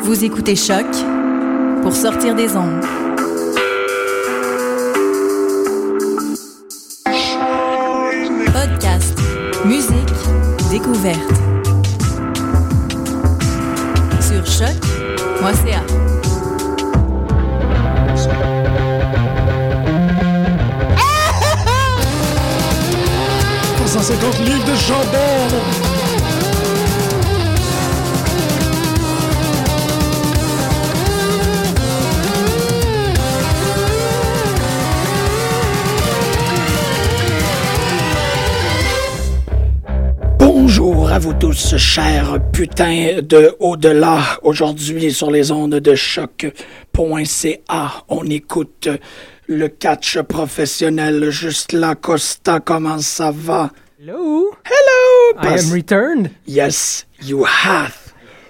Vous écoutez Choc pour sortir des ondes. Podcast, musique, découverte. Sur choc.ca. 150 livres de chandelle. Bonjour à vous tous, chers putains de au-delà. Aujourd'hui, sur les ondes de choc.ca, on écoute le catch professionnel. Juste là, Costa, comment ça va? Hello. Hello. I am returned. Yes, you have.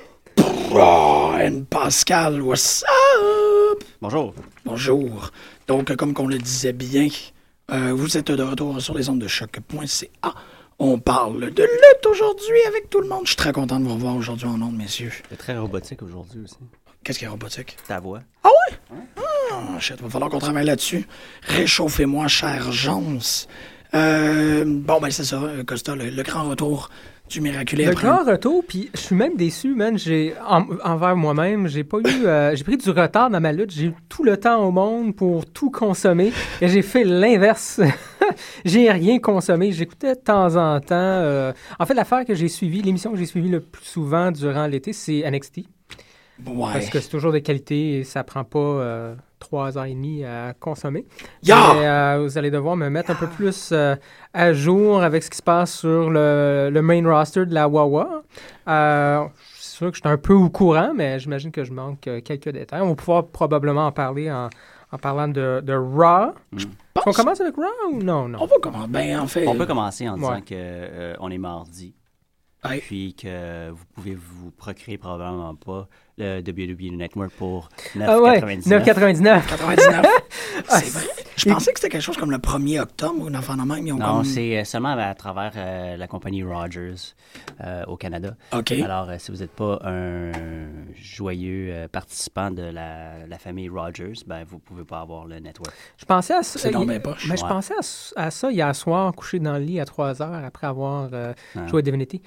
And Pascal, what's up? Bonjour. Bonjour. Donc, comme qu'on le disait bien, vous êtes de retour sur les ondes de choc.ca. On parle de lutte aujourd'hui avec tout le monde. Je suis très content de vous revoir aujourd'hui en ondes, messieurs. C'est très robotique aujourd'hui aussi. Qu'est-ce qui est robotique? Ta voix. Ah ouais? Ah, shit, va falloir qu'on travaille là-dessus. Réchauffez-moi, cher Jones. Bon, ben c'est ça, Costa, le grand retour du miraculé. Le grand retour, puis je suis même déçu, man. Envers moi-même, j'ai pas eu... j'ai pris du retard dans ma lutte. J'ai eu tout le temps au monde pour tout consommer. Et j'ai fait l'inverse. J'ai rien consommé. J'écoutais de temps en temps... En fait, l'affaire que j'ai suivie, l'émission que j'ai suivie le plus souvent durant l'été, c'est NXT. Ouais. Parce que c'est toujours de qualité et ça prend pas 3h30 à consommer. Yeah! Mais, vous allez devoir me mettre un peu plus à jour avec ce qui se passe sur le main roster de la Wawa. C'est sûr que je suis un peu au courant, mais j'imagine que je manque quelques détails. On va pouvoir probablement en parler en parlant de Raw. On commence avec Raw ou non? On va commencer. Ben, en fait... On peut commencer en disant qu'on est mardi. Ouais. Puis que vous pouvez vous procurer probablement pas le WWE Network pour 9,99$. 9,99$. 99. C'est vrai. Je pensais que c'était quelque chose comme le 1er octobre ou une affaire de même. Ils ont Non, comme... c'est seulement à travers la compagnie Rogers au Canada. OK. Alors, si vous n'êtes pas un joyeux participant de la famille Rogers, ben vous ne pouvez pas avoir le network. Je pensais à ça. C'est dans mes poches. Mais je pensais à ça hier soir, couché dans le lit à 3h après avoir joué à Divinity.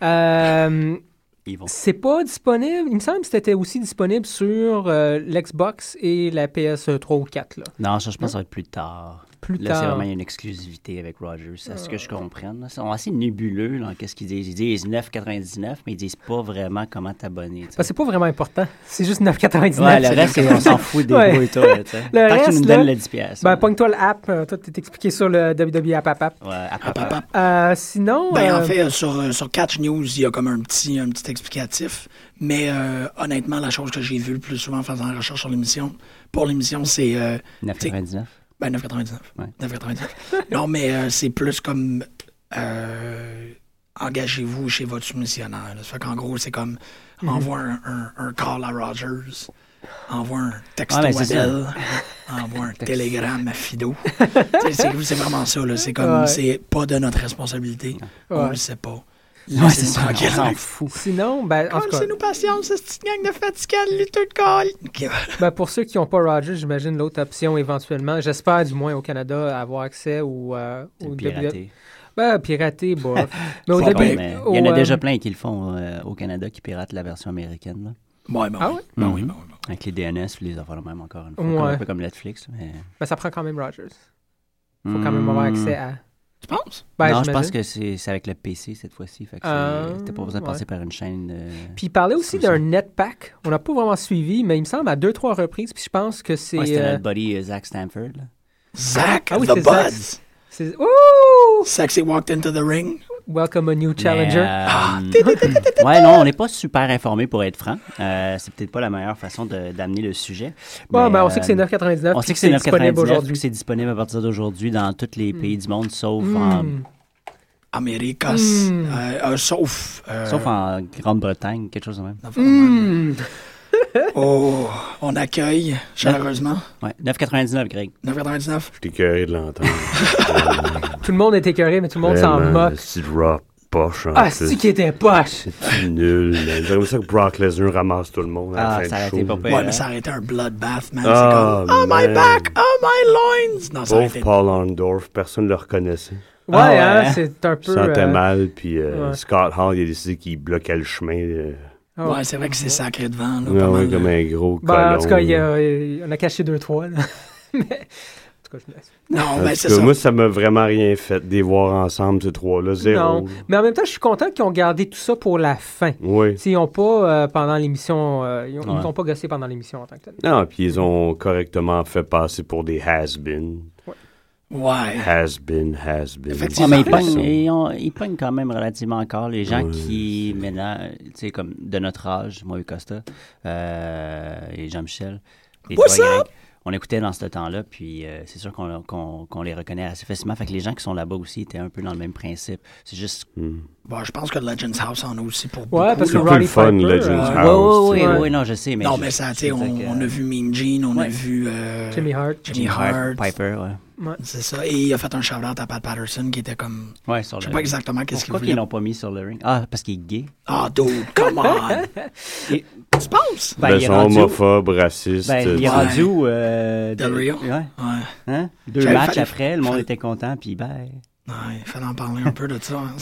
C'est pas disponible. Il me semble que c'était aussi disponible sur l'Xbox et la PS3 ou 4. Là. Non, ça, je pense que ça va être plus tard. Plus là, tard. c'est vraiment une exclusivité avec Rogers. C'est ce que je comprenne. Là. Ils sont assez nébuleux. Là, qu'est-ce qu'ils disent? Ils disent 9,99$, mais ils disent pas vraiment comment t'abonner. C'est pas vraiment important. C'est juste 9,99$. Ouais, le reste, on s'en fout des bouts et tout. Tant que tu nous donnes le 10$. Ben, pogne-toi l'app. Toi, t'es expliqué sur le WWE App. Ouais, app. Sinon... Ben, en fait, sur Catch News, il y a comme un petit explicatif. Mais honnêtement, la chose que j'ai vue le plus souvent en faisant la recherche sur l'émission, pour l'émission, c'est... 9,99$. Ben, 9,99$. Ouais. 9,99$. Non, mais c'est plus comme... engagez-vous chez votre soumissionnaire. Là. Ça fait qu'en gros, c'est comme... Envoie un call à Rogers. Envoie un texto à Adèle. Envoie un télégramme à Fido. c'est vraiment ça. Là. C'est comme... C'est pas de notre responsabilité. On le sait pas. Ouais, c'est ça, on s'en fout. Sinon, ben, en tout cas... Laissez-nous patience, cette petite gang de fatigants, de lutteurs de call. Ben, pour ceux qui n'ont pas Rogers, j'imagine l'autre option éventuellement, j'espère du moins au Canada, avoir accès au piraté. Ben, piraté, bof. Mais au il y en a déjà plein qui le font au Canada, qui piratent la version américaine. Là. Ouais, ben, ah oui? Ben oui. Avec les DNS, les affaires même encore une fois. Un peu comme Netflix. Mais... Ben, ça prend quand même Rogers. Il faut quand même avoir accès à... Tu penses? Ben, non, je pense que c'est avec le PC cette fois-ci. Fait que t'as pas besoin de passer par une chaîne. Puis il parlait aussi d'un netpack. On n'a pas vraiment suivi, mais il me semble à 2-3 reprises. Puis je pense que c'est. Ouais, c'était notre buddy Zach Stanford. Là. Zach, the Buds. Ouh! Sexy walked into the ring. Welcome a new challenger. Ouais, non, on n'est pas super informé pour être franc. C'est peut-être pas la meilleure façon d'amener le sujet. Bon, ben, on sait que c'est 9,99$. On sait que c'est 9,99$. C'est disponible à partir d'aujourd'hui dans tous les pays du monde, sauf en... Américas. Sauf en Grande-Bretagne, quelque chose de même. Oh, on accueille, chaleureusement. Ouais, 9,99$, Greg. 9,99$. Je suis écœuré de l'entendre. Tout le monde est écœuré, mais tout le monde s'en moque. C'est drop. poche. C'est qui était poche! C'est nul. J'aimerais ça que Brock Lesnar ramasse tout le monde à la fin ça du a show. été pas pire. Ouais, mais ça aurait été un bloodbath, man. Ah, c'est comme, oh my man. back, oh my loins. Non, ça aurait Pauvre été... Paul Orndorff, personne ne le reconnaissait. Ouais, ouais. c'est un peu... Il sentait mal, puis ouais. Scott Hall, il a décidé qu'il bloquait le chemin. Ouais, c'est vrai que c'est sacré devant, là, Ouais, pas mal. comme un gros Ben, colon. en tout cas, on a caché 2-3, là. Mais, en tout cas, je me laisse. Non, En ben tout c'est cas, ça. moi, ça m'a vraiment rien fait de les voir ensemble, ces trois-là. Zéro. Non, mais en même temps, je suis content qu'ils ont gardé tout ça pour la fin. Oui. S'ils n'ont pas, pendant l'émission... ils Ouais. n'ont pas gossé pendant l'émission en tant que tel. Non, puis ils ont correctement fait passer pour des has-been. Ouais. Has-been. Effectivement. Ouais, mais Personne. ils pognent quand même relativement encore les gens Ouais. qui, maintenant, tu sais, comme de notre âge, moi et Costa, et Jean-Michel, les What's trois up? Grecs, on écoutait dans ce temps-là, puis c'est sûr qu'on les reconnaît assez facilement. Fait que les gens qui sont là-bas aussi étaient un peu dans le même principe. C'est juste... Bon, je pense que Legends House en a aussi pour Ouais, beaucoup. parce que C'est là. plus le fun, Piper, Legends ouais. House. Oui, tu sais. ouais. non, je sais, mais... Non, je- mais ça, tu je sais, veux dire que- on a vu Mean Gene, on a Ouais. vu Jimmy Hart. Jimmy Hart. Piper, ouais. C'est ça. Et il a fait un shout-out à Pat Patterson qui était comme... Ouais, sur Je sais le pas ring. exactement qu'est-ce qu'il Pourquoi voulait. qu'ils l'ont pas mis sur le ring? Ah, parce qu'il est gay. Ah, dude, come on! Et- Tu penses? Ben, Ben, il est sont rendu- homophobes, racistes. Ben, il est Ouais. rendu... Del Rio? Ouais. Ouais. Hein? 2 J'avais matchs fallu- après, le monde était content, puis ben... Ouais, il fallait en parler un peu de ça. Hein.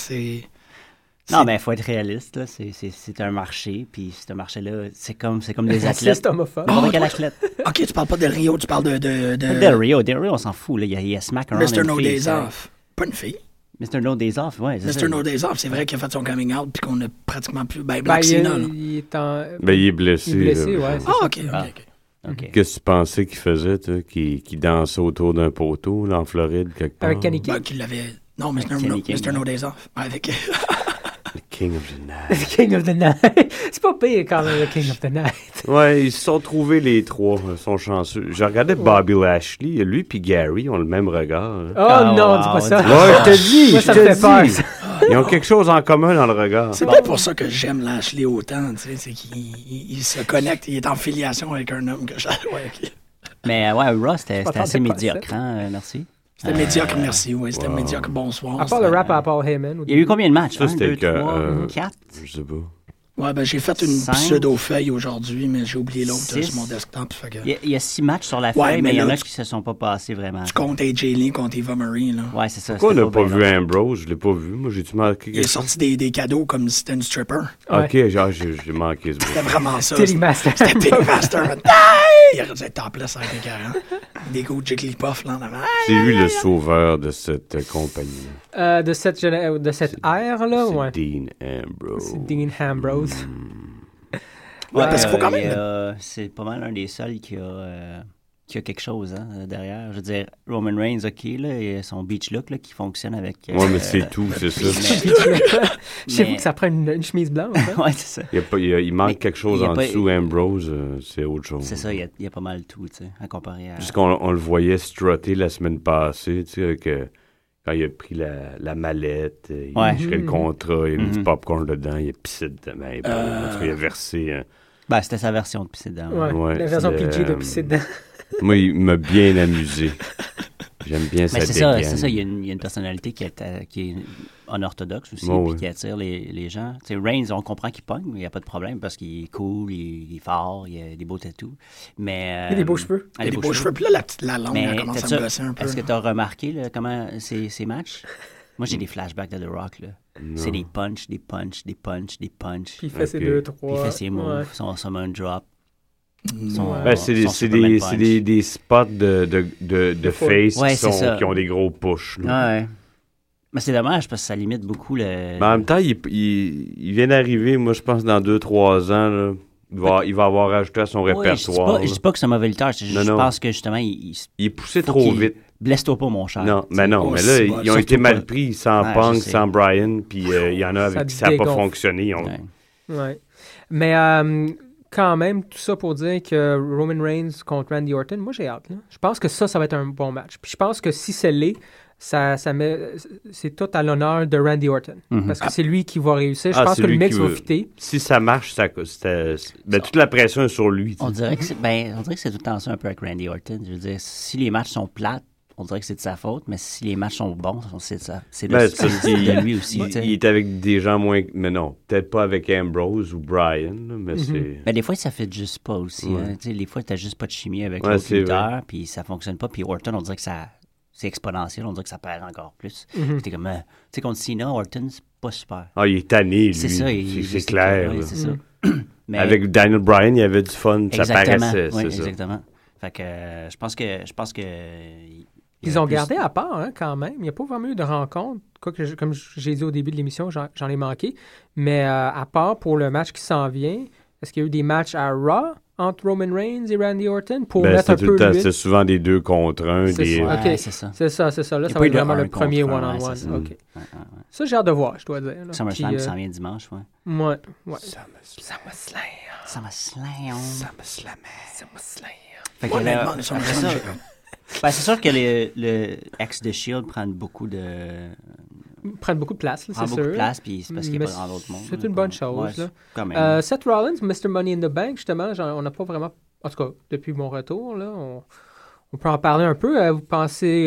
Non, mais il faut être réaliste, là. C'est un marché, puis ce marché-là, c'est comme des athlètes. Raciste homophobe. Bon, N'importe quel toi, athlète. OK, tu parles pas de Rio, tu parles de Del Rio, on s'en fout, là. Il y a Smack Around Mr. une No fille, Days ça. Off. Pas une fille. Mr. No Days Off, ouais. c'est Mr. ça. No Days Off, c'est vrai qu'il a fait son coming out puis qu'on a pratiquement plus... Ben, Ben, Black Cena, là. il est en... Ben, il est blessé. Il est blessé, là. ouais. c'est Ah, ça. OK, OK, Ah. OK. OK. Qu'est-ce que tu pensais qu'il faisait, toi, qui dansait autour d'un poteau, là, en Floride, quelque part? Avec Kenny King. Ben, qu'il l'avait... Non, Mr. Kenny No, King. Mr. No Days Off. Avec... Le King of the Night. The King of the Night. C'est pas pire quand même, le King of the Night. Ouais, ils se sont trouvés les trois, ils sont chanceux. Je regardais Bobby Lashley, lui puis Gary ont le même regard. Hein. Oh Ah, non, wow, dis pas ça. Ouais, je te dis, Moi, je ça te me fait peur, dis. ça. Ils ont quelque chose en commun dans le regard. C'est peut-être pour ça que j'aime Lashley autant, tu sais, c'est qu'il se connecte, il est en filiation avec un homme que j'adore. Ouais, OK. Mais ouais, Raw, c'était m'attendais assez pas à médiocre, ça. hein, merci. C'était médiocre, merci, oui, c'était médiocre, bonsoir. À part le c'était- rap à Paul Heyman. Il y a eu combien de matchs? Ça, 1, c'était 2, que, 3, 4? Je sais pas. Ouais, ben j'ai fait une 5. pseudo-feuille aujourd'hui, mais j'ai oublié l'autre 6. sur mon desktop. Fait que... Il y a 6 matchs sur la Ouais, feuille, mais mais il y en là, a qui se sont pas passés vraiment. Tu comptes AJ Lee contre Eva Marie, là. Ouais, c'est ça. Pourquoi on c'était n'a pas bien vu long. Ambrose? Je l'ai pas vu. Moi, j'ai-tu manqué Il a quelque chose? sorti des cadeaux comme si c'était une stripper. Ouais. Ok, genre, j'ai manqué ce bout. C'était vraiment ça. Teddy Master. C'était Teddy Master. Man. Il aurait dû être topless avec des carrés. Des coups de Jigglypuff, là, en avant. C'est lui le sauveur de cette compagnie. De cette ère-là, ouais. C'est Dean Ambrose. C'est Dean Ambrose. Ouais, parce qu'il faut quand même... C'est pas mal un des seuls qui a quelque chose hein, derrière. Je veux dire, Roman Reigns, OK, là, et son beach look là, qui fonctionne avec... Ouais, mais c'est tout, c'est ça. Chez Mais- vous que ça prend une chemise blanche. Hein? Ouais, c'est ça. Il manque Mais quelque chose il y a en pas- dessous. Ambrose, c'est autre chose. C'est ça, il y a pas mal tout, tu sais, à comparer à... Puisqu'on on le voyait strutter la semaine passée, tu sais, avec, quand il a pris la mallette, il Ouais. a tiré le contrat, il a mis du Mhm. popcorn dedans, il a pissé dedans. En tout cas, il a versé... Ben, c'était sa version de pisser dedans. Ouais, Ouais, la version c'est, PG de pisser dedans. Moi, il m'a bien amusé. J'aime bien sa Mais c'est ça, dégaine. c'est ça. Il y a une personnalité qui est unorthodoxe aussi, Ouais, puis ouais. qui attire les gens. Tu sais, Reigns, on comprend qu'il pogne, mais il n'y a pas de problème parce qu'il est cool, il est fort, il a des beaux tatous. Mais, Il a des beaux cheveux. Il y a des beaux cheveux. Puis là, la langue, Mais elle commence à t'as-tu- me gosser un peu. Est-ce que là. tu as remarqué là, comment ces matchs? Moi, j'ai des flashbacks de The Rock. Là. C'est des punch, des punch, des punch, des punch. Puis il fait ses Ok. 2-3. Puis il fait ses moves, son summon drop. Son, Ben, c'est son Superman punch. des spots de face Ouais, c'est ça. qui ont des gros push. là. Ouais. Mais c'est dommage parce que ça limite beaucoup le... Mais en même temps, il vient d'arriver, moi, je pense, dans 2-3 ans, là, il va avoir ajouté à son Ouais, répertoire. je dis pas que c'est un mauvais lutteur, c'est juste, Non, je non. pense que justement, il Il est poussé faut trop qu'il- vite. blesse-toi pas, mon cher. Non, mais non, Oh, mais c'est là, bon. ils ont Surtout été pas- mal pris sans Ouais, Punk, je sais. sans Brian, puis il y en a avec qui ça n'a pas dégonfle. fonctionné. Ils ont- Ouais. Ouais. Mais quand même, tout ça pour dire que Roman Reigns contre Randy Orton, moi j'ai hâte. Là. Je pense que ça va être un bon match. Puis je pense que si c'est l'est, c'est tout à l'honneur de Randy Orton. Mhm. Parce que c'est lui qui va réussir. Je Ah, pense c'est que le lui mix qui va veut- fitter. Si ça marche, toute la pression est sur lui. tu sais. On dirait que c'est tout le temps ça un peu avec Randy Orton. Je veux dire, si les matchs sont plates, on dirait que c'est de sa faute, mais si les matchs sont bons, c'est de lui aussi. Il est avec des gens moins... Mais non, peut-être pas avec Ambrose ou Brian, là, mais c'est... Mais des fois, ça fait juste pas aussi. Ouais. Hein. Des fois, t'as juste pas de chimie avec l'autre lutteur, puis ça fonctionne pas. Puis Orton, on dirait que c'est exponentiel, on dirait que ça perd encore plus. T'es comme... tu sais, contre Cena, Orton, c'est pas super. Ah, il est tanné, lui. C'est ça. C'est clair. Oui, c'est ça. Mais... Avec Daniel Bryan, il y avait du fun, ça paraissait, oui, c'est ça. Exactement. Fait que je pense que ils ont gardé à part, hein, quand même. Il n'y a pas vraiment eu de rencontre. Comme j'ai dit au début de l'émission, j'en ai manqué. Mais à part pour le match qui s'en vient, est-ce qu'il y a eu des matchs à Raw entre Roman Reigns et Randy Orton pour mettre un peu c'est souvent des 2 contre 1. C'est ça. Okay. C'est ça. C'est ça. Là, ça va être vraiment le premier one-on-one. OK. Ça, j'ai hâte de voir, je dois dire. SummerSlam qui s'en vient dimanche, ouais. SummerSlam. Honnêtement, c'est sûr que le ex de Shield prennent beaucoup de place, là, c'est sûr. Beaucoup de place, puis c'est parce qu'il n'y a pas dans d'autres mondes. C'est une bonne chose. Ouais, quand même. Seth Rollins, Mr. Money in the Bank, justement, on n'a pas vraiment... En tout cas, depuis mon retour, là, on peut en parler un peu. Vous pensez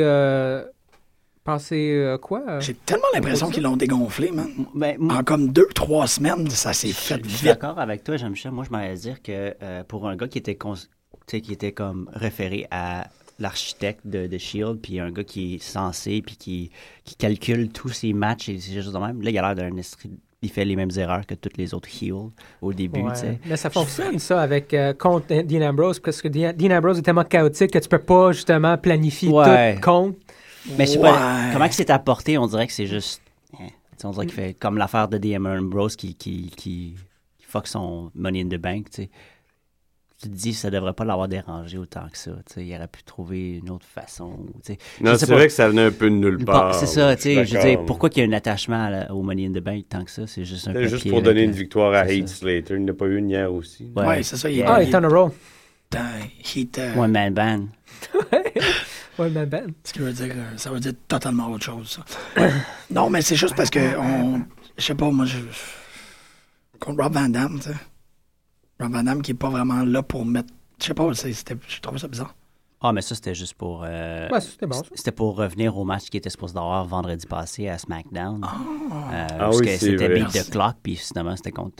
quoi? J'ai tellement l'impression qu'ils l'ont dégonflé, man. En comme 2-3 semaines, ça s'est fait vite. Je suis d'accord avec toi, Jean-Michel. Moi, je m'allais dire que pour un gars qui était comme référé à l'architecte de Shield, puis un gars qui est censé, puis qui calcule tous ses matchs et ces choses de même. Là, il a l'air d'un esprit... Il fait les mêmes erreurs que tous les autres heels au début, tu sais. Mais ça fonctionne, ça, avec contre Dean Ambrose, parce que Dean Ambrose est tellement chaotique que tu peux pas, justement, planifier tout contre. Mais je sais pas, comment que c'est apporté, on dirait que c'est juste... on dirait qu'il fait comme l'affaire de Dean Ambrose qui fuck son Money in the Bank, tu sais. Tu te dis que ça devrait pas l'avoir dérangé autant que ça. Il aurait pu trouver une autre façon. Non, c'est vrai que ça venait un peu de nulle part. C'est ça. Je veux dire, pourquoi il y a un attachement au Money in the Bank tant que ça? C'est juste un papier. Juste pour donner une victoire à Heath Slater. Il n'a pas eu une hier aussi. Oui, c'est ça. Il est on a roll. One man band. One man band. Ce qui veut dire, ça veut dire totalement autre chose, ça. Non, mais c'est juste parce que, je sais pas, moi, contre Rob Van Dam, tu sais. Rob Van Dam qui n'est pas vraiment là pour mettre... Je sais pas, je trouve ça bizarre. Ah, mais ça, c'était juste pour... c'était bon. C'était pour revenir au match qui était supposé d'avoir vendredi passé à SmackDown. Parce que c'était Beat the Clock, puis finalement, c'était contre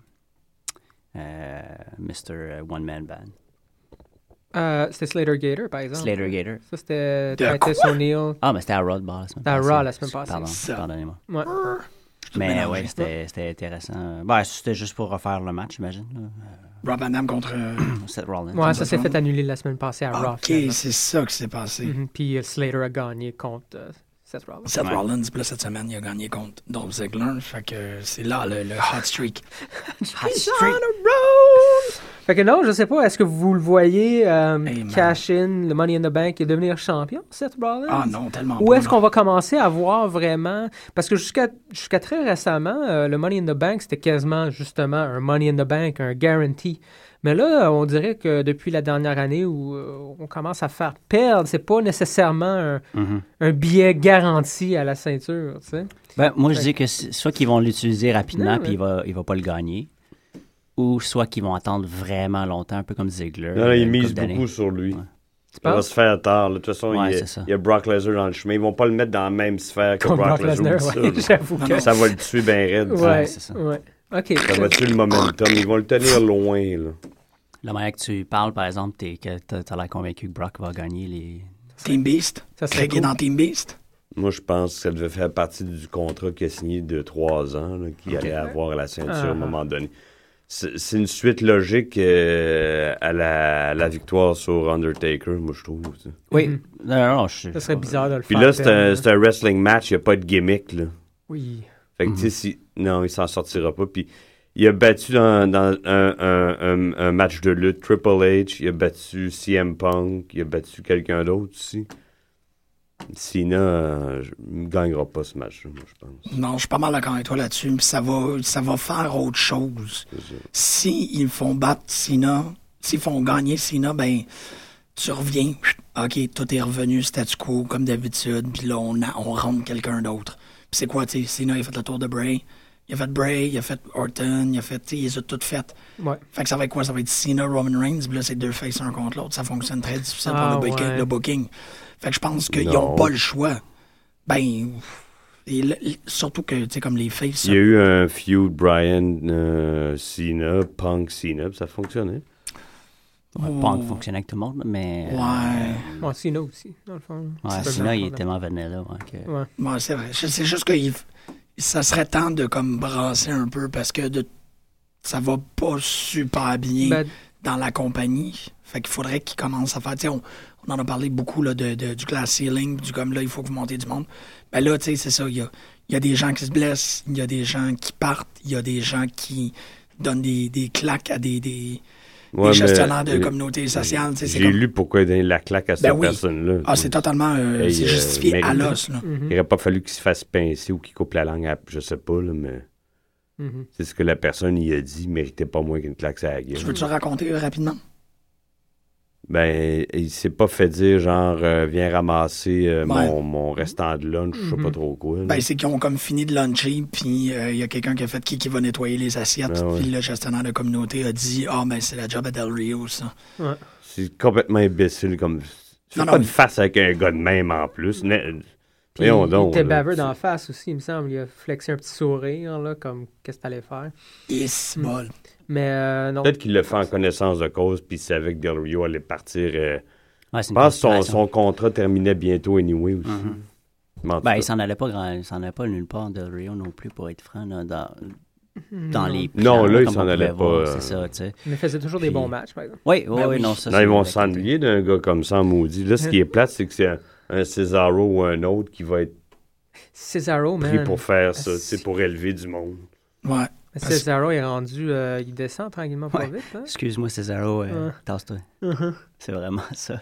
Mr. One Man Band. C'était Slater Gator, par exemple. Slater Gator. Ça, c'était Titus O'Neil. Ah, mais c'était à Raw la semaine passée. C'était à Raw la semaine passée. Pardonnez-moi. Ouais. Mais ouais, c'était intéressant. C'était juste pour refaire le match, j'imagine. Rob Van Dam contre Seth Rollins. Ouais, ça s'est fait annuler la semaine passée à Raw. OK, c'est ça qui s'est passé. Puis Slater a gagné contre Seth Rollins. Seth Rollins, puis là, cette semaine, il a gagné contre Dolph Ziggler. Fait que c'est là le hot streak. Hot streak. Fait que non, je sais pas, est-ce que vous le voyez cash in le Money in the Bank et devenir champion, Seth Rollins? Ah non, tellement Ou est-ce qu'on va commencer à voir vraiment... Parce que jusqu'à très récemment, le Money in the Bank, c'était quasiment justement un Money in the Bank, un guarantee. Mais là, on dirait que depuis la dernière année où on commence à faire perdre, c'est pas nécessairement un billet garanti à la ceinture, tu sais. Ben, moi, je dis que soit qu'ils vont l'utiliser rapidement puis il va pas le gagner, ou soit qu'ils vont attendre vraiment longtemps, un peu comme Ziggler. Non, ils misent beaucoup sur lui. Ouais. Ça va se faire tard. De toute façon, il y a Brock Lesnar dans le chemin. Ils vont pas le mettre dans la même sphère que Brock Lesnar. J'avoue que... Ça va le tuer bien raide. Ouais, c'est ça. Ouais. Okay. Ça va tuer le momentum. Ils vont le tenir loin. Là. La manière que tu parles, par exemple, t'as l'air convaincu que Brock va gagner les... Team Beast. Ça serait cool. Dans Team Beast. Moi, je pense que ça devait faire partie du contrat qu'il a signé de 3 ans, qu'il allait avoir à la ceinture à un moment donné. C'est une suite logique à la victoire sur Undertaker, moi, je trouve. Ça. Oui. Non, ça serait bizarre de le faire. Puis là, c'est un wrestling match, il n'y a pas de gimmick. Là. Oui. Fait que, tu sais, non, il s'en sortira pas. Puis, il a battu dans un match de lutte Triple H, il a battu CM Punk, il a battu quelqu'un d'autre aussi. Cena ne gagnera pas ce match-là, moi, je pense. Non, je suis pas mal d'accord avec toi là-dessus. Ça va faire autre chose. S'ils font battre Cena, s'ils font gagner Cena, ben, tu reviens. OK, tout est revenu statu quo, comme d'habitude. Puis là, on rentre quelqu'un d'autre. Puis c'est quoi, tu sais, Cena, il a fait le tour de Bray. Il a fait Bray, il a fait Orton, il a fait, il les a toutes faites. Ouais. Fait que ça va être quoi? Ça va être Cena, Roman Reigns, puis là, c'est 2 faces un contre l'autre. Ça fonctionne très difficile pour le booking. Fait que je pense qu'ils n'ont pas le choix. Ben, surtout que, tu sais, comme les faces... Il y a eu un feud Bryan, Cena, Punk, Cena, puis ça fonctionnait. Punk fonctionnait avec tout le monde, mais... Ouais, Cena aussi, dans le fond. Ouais, Cena, il est tellement vanilla. Ouais, c'est vrai. C'est juste que ça serait temps de comme brasser un peu parce que ça va pas super bien dans la compagnie. Fait qu'il faudrait qu'ils commencent à faire... Tu sais, on en a parlé beaucoup là, du glass ceiling, du comme là, il faut que vous montez du monde. Ben là, tu sais, c'est ça. Il y a des gens qui se blessent, il y a des gens qui partent, il y a des gens qui donnent des claques à des gestionnaires de communauté sociale. J'ai lu pourquoi il donnait la claque à cette personne-là. Ah, c'est totalement c'est justifié à l'os. Là. Il n'aurait pas fallu qu'il se fasse pincer ou qu'il coupe la langue, je sais pas, là, mais c'est ce que la personne y a dit, il méritait pas moins qu'une claque à la gueule. Tu veux-tu raconter rapidement? Ben, il s'est pas fait dire, genre, viens ramasser mon restant de lunch, je sais pas trop quoi. Là. Ben, c'est qu'ils ont comme fini de luncher, puis il y a quelqu'un qui a fait qui va nettoyer les assiettes, puis le gestionnaire de communauté a dit « Ah, ben, c'est la job à Del Rio, ça. Ouais. » C'est complètement imbécile, comme... Tu fais pas de face avec un gars de même, en plus. Puis il était baveux d'en face aussi, il me semble. Il a flexé un petit sourire, là, comme « Qu'est-ce que t'allais faire? » Et c'est bol. Mais non. Peut-être qu'il l'a fait en connaissance de cause, puis il savait que Del Rio allait partir. Je pense que son contrat terminait bientôt anyway aussi. Ben, il s'en allait pas nulle part, Del Rio non plus, pour être franc, là, dans les plans. Non, là, il s'en allait pas. C'est ça, tu sais. Mais il faisait toujours des bons matchs, par exemple. Oui, non, ça. Non, ils vont s'ennuyer d'un gars comme ça, maudit. Là, ce qui est plate, c'est que c'est un Cesaro ou un autre qui va être pris pour faire ça, c'est pour élever du monde. Ouais. Cesaro est rendu, il descend tranquillement pas vite. Hein? Excuse-moi, Cesaro, tasse-toi. C'est vraiment ça.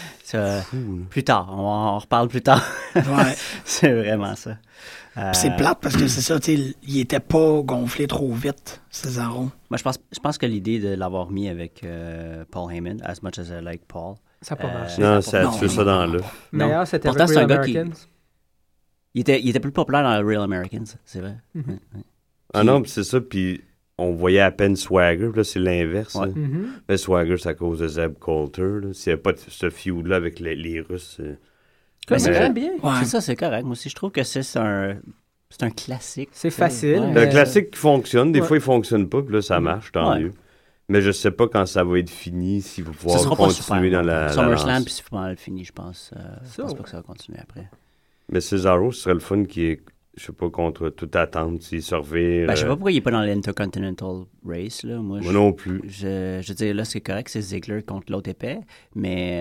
Plus tard, on reparle plus tard. Ouais. C'est vraiment ça. C'est plate parce que c'est ça, tu sais, il était pas gonflé trop vite, Cesaro. Moi, je pense que l'idée de l'avoir mis avec Paul Heyman, as much as I like Paul. Ça n'a pas marché. Non, tu fais ça dans le. D'ailleurs, c'était avec Real Americans. Il était plus populaire dans Real Americans, c'est vrai. Ah non, c'est ça, puis on voyait à peine Swagger, là, c'est l'inverse. Ouais. Mais Swagger, c'est à cause de Zeb Coulter. S'il n'y avait pas ce feud-là avec les Russes... J'aime bien. Ouais. C'est ça, c'est correct. Moi aussi, je trouve que c'est un classique. C'est facile. Ouais. Un classique qui fonctionne. Des fois, il ne fonctionne pas, puis là, ça marche, tant mieux. Mais je ne sais pas quand ça va être fini, s'il va pouvoir continuer dans la SummerSlam, puis c'est pas mal fini, je pense. Je pense pas que ça va continuer après. Mais Cesaro, ce serait le fun qui est... Je sais pas, contre toute attente, s'il se revire. Ben, je sais pas pourquoi il n'est pas dans l'Intercontinental Race. Là. Moi non plus. Je veux dire, là, c'est correct, c'est Ziggler contre l'autre épais, mais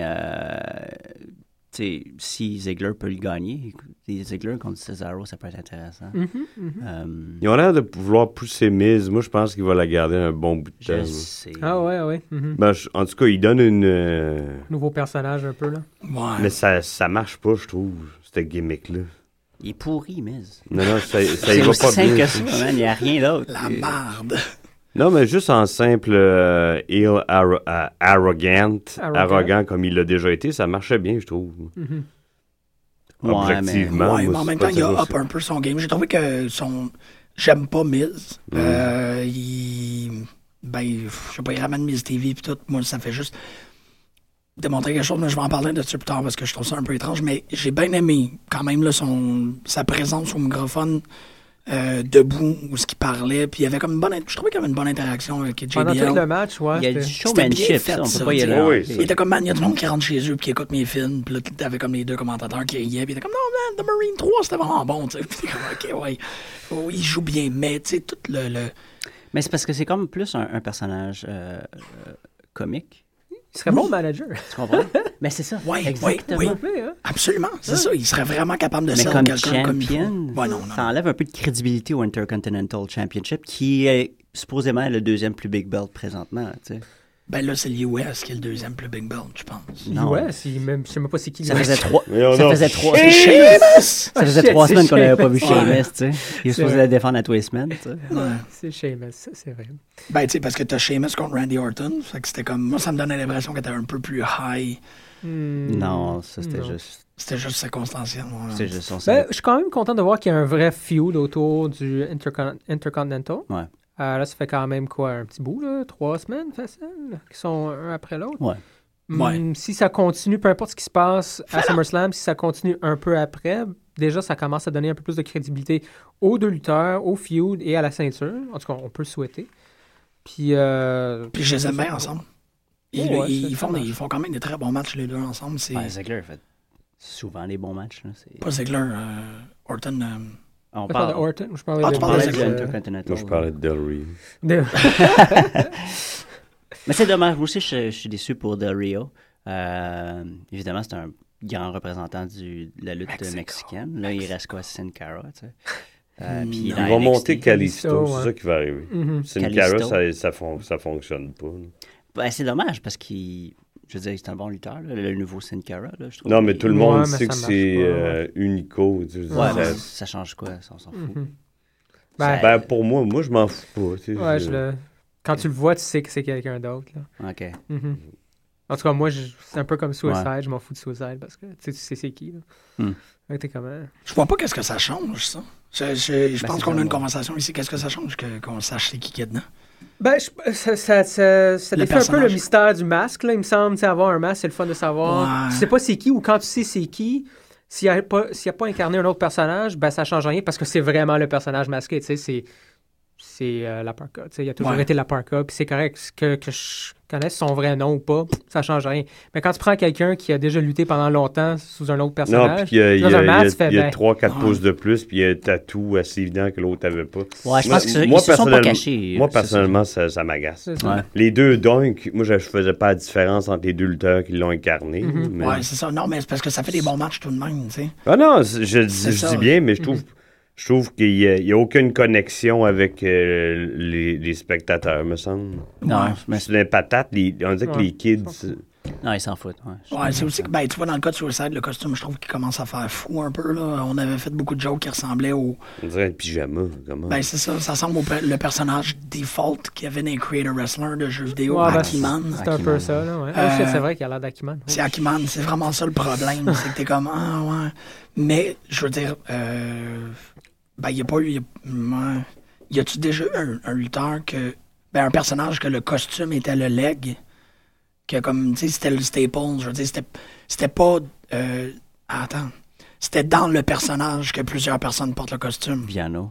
si Ziggler peut le gagner, Ziggler contre Cesaro, ça peut être intéressant. Ils ont l'air de vouloir pousser Miz. Moi, je pense qu'il va la garder un bon bout de temps. Je sais. Ah ouais. Ben, en tout cas, il donne une... Nouveau personnage un peu, là. Ouais. Mais ça marche pas, je trouve, cette gimmick-là. Il est pourri, Miz. Non, ça y va pas bien. C'est que ça, man. Il n'y a rien d'autre. La merde. Non, mais juste en simple heel arrogant comme il l'a déjà été, ça marchait bien, je trouve. Objectivement. Mais en même temps, il a up un peu son game. J'ai trouvé que j'aime pas Miz. Je sais pas, il ramène Miz TV puis tout. Moi, ça fait juste démontrer quelque chose, mais je vais en parler de ça plus tard parce que je trouve ça un peu étrange, mais j'ai bien aimé quand même là, sa présence au microphone debout où ce qu'il parlait, puis il y avait comme je trouvais qu'il y avait une bonne interaction avec JBL. Pendant tout le match, ouais. Il y a du showmanship, ça, on peut pas y aller. Il était comme, man, il y a du monde qui rentre chez eux puis qui écoute mes films, puis là, t'avais comme les deux commentateurs qui riaient, puis il était comme, non, man, The Marine 3, c'était vraiment bon, tu sais. Puis comme, ok, ouais, il joue bien, mais tu sais, tout le... Mais c'est parce que c'est comme plus un personnage comique. Il serait bon manager. Tu comprends? Mais c'est ça. Oui, exactement. Oui. Absolument. C'est ça. Il serait vraiment capable de faire quelqu'un comme champion, ça enlève un peu de crédibilité au Intercontinental Championship, qui est supposément le deuxième plus big belt présentement. Tu sais. Ben là, c'est l'US qui est le deuxième plus big belt, je pense. L'US, je sais même pas c'est qui. Ça faisait 3 semaines qu'on n'avait pas vu Sheamus, tu sais. Il est supposé la défendre à tous les semaines, tu sais. C'est Sheamus, ça, c'est vrai. Ben, tu sais, parce que t'as Sheamus contre Randy Orton, fait que c'était comme... Moi, ça me donnait l'impression qu'elle était un peu plus high. Non, ça, c'était juste... C'était juste circonstanciel. C'est juste son Je suis quand même content de voir qu'il y a un vrai feud autour du Intercontinental. Ouais. Là, ça fait quand même quoi, un petit bout, là, 3 semaines facile, qui sont un après l'autre. Ouais. Si ça continue, peu importe ce qui se passe à SummerSlam, si ça continue un peu après, déjà, ça commence à donner un peu plus de crédibilité aux 2 lutteurs, au feud et à la ceinture. En tout cas, on peut le souhaiter. Puis je les aime bien ensemble. Ils font quand même des très bons matchs, les deux ensemble. Ziggler fait souvent des bons matchs. Là. Pas Ziggler, Orton. On parle d'Orton. Je parlais tu parlais de Intercontinental. Moi, je parlais de Del Rio. Mais c'est dommage. Moi aussi, je suis déçu pour Del Rio. Évidemment, c'est un grand représentant de la lutte mexicaine. Là, il reste quoi? Sin Cara, tu sais. Puis ils vont monter Kalisto, c'est ça qui va arriver. Sin Cara, ça fonctionne pas. Ben, c'est dommage parce qu'il... Je veux dire, c'est un bon lutteur, là, le nouveau Sin Cara. Là, je trouve. Non, mais tout le monde sait que c'est unico. Ça change quoi? On s'en fout. Pour moi, je m'en fous pas. Quand tu le vois, tu sais que c'est quelqu'un d'autre. Là. OK. En tout cas, moi, c'est un peu comme Suicide. Je m'en fous de Suicide parce que tu sais c'est qui. Là. T'es comment? Je vois pas qu'est-ce que ça change, ça. Je pense qu'on a une conversation ici. Qu'est-ce que ça change qu'on sache c'est qui est dedans? Ça défait un peu le mystère du masque, là, il me semble. Avoir un masque, c'est le fun de savoir. Tu sais pas c'est qui, ou quand tu sais c'est qui, s'il n'a pas incarné un autre personnage, ça change rien parce que c'est vraiment le personnage masqué. Tu sais, c'est la parka. Tu sais, il a toujours été la parka, puis c'est correct que je connaisse son vrai nom ou pas, ça change rien. Mais quand tu prends quelqu'un qui a déjà lutté pendant longtemps sous un autre personnage, il y a 3-4 pouces de plus, puis il y a un tatou assez évident que l'autre n'avait pas. Ouais, je pense qu'ils se sont pas cachés. Moi, personnellement, ça m'agace. Les deux Dunk, moi, je faisais pas la différence entre les deux lutteurs qui l'ont incarné. Ouais, c'est ça. Non, mais c'est parce que ça fait des bons matchs tout de même, tu sais. Ah non, je dis bien, mais je trouve qu'il n'y a aucune connexion avec les spectateurs, me semble. Non, mais c'est les patates. On dirait que les kids... Non, ils s'en foutent. Ouais, c'est aussi que, tu vois, dans le cas de Suicide, le costume, je trouve qu'il commence à faire fou un peu. Là. On avait fait beaucoup de jokes qui ressemblaient au... On dirait un pyjama, comment? C'est ça. Ça ressemble le personnage default qu'il y avait dans les Creator Wrestler de jeux vidéo, Akiman. C'est un peu ça, là, ouais. C'est vrai qu'il a l'air d'Akiman. C'est Akiman. C'est vraiment ça le problème. C'est que t'es comme, ouais. Mais, je veux dire... il n'y a pas eu... Y a-tu déjà eu un lutteur que... un personnage que le costume était le leg, que comme, tu sais, c'était le staple, je veux dire, c'était pas... C'était dans le personnage que plusieurs personnes portent le costume. Viano,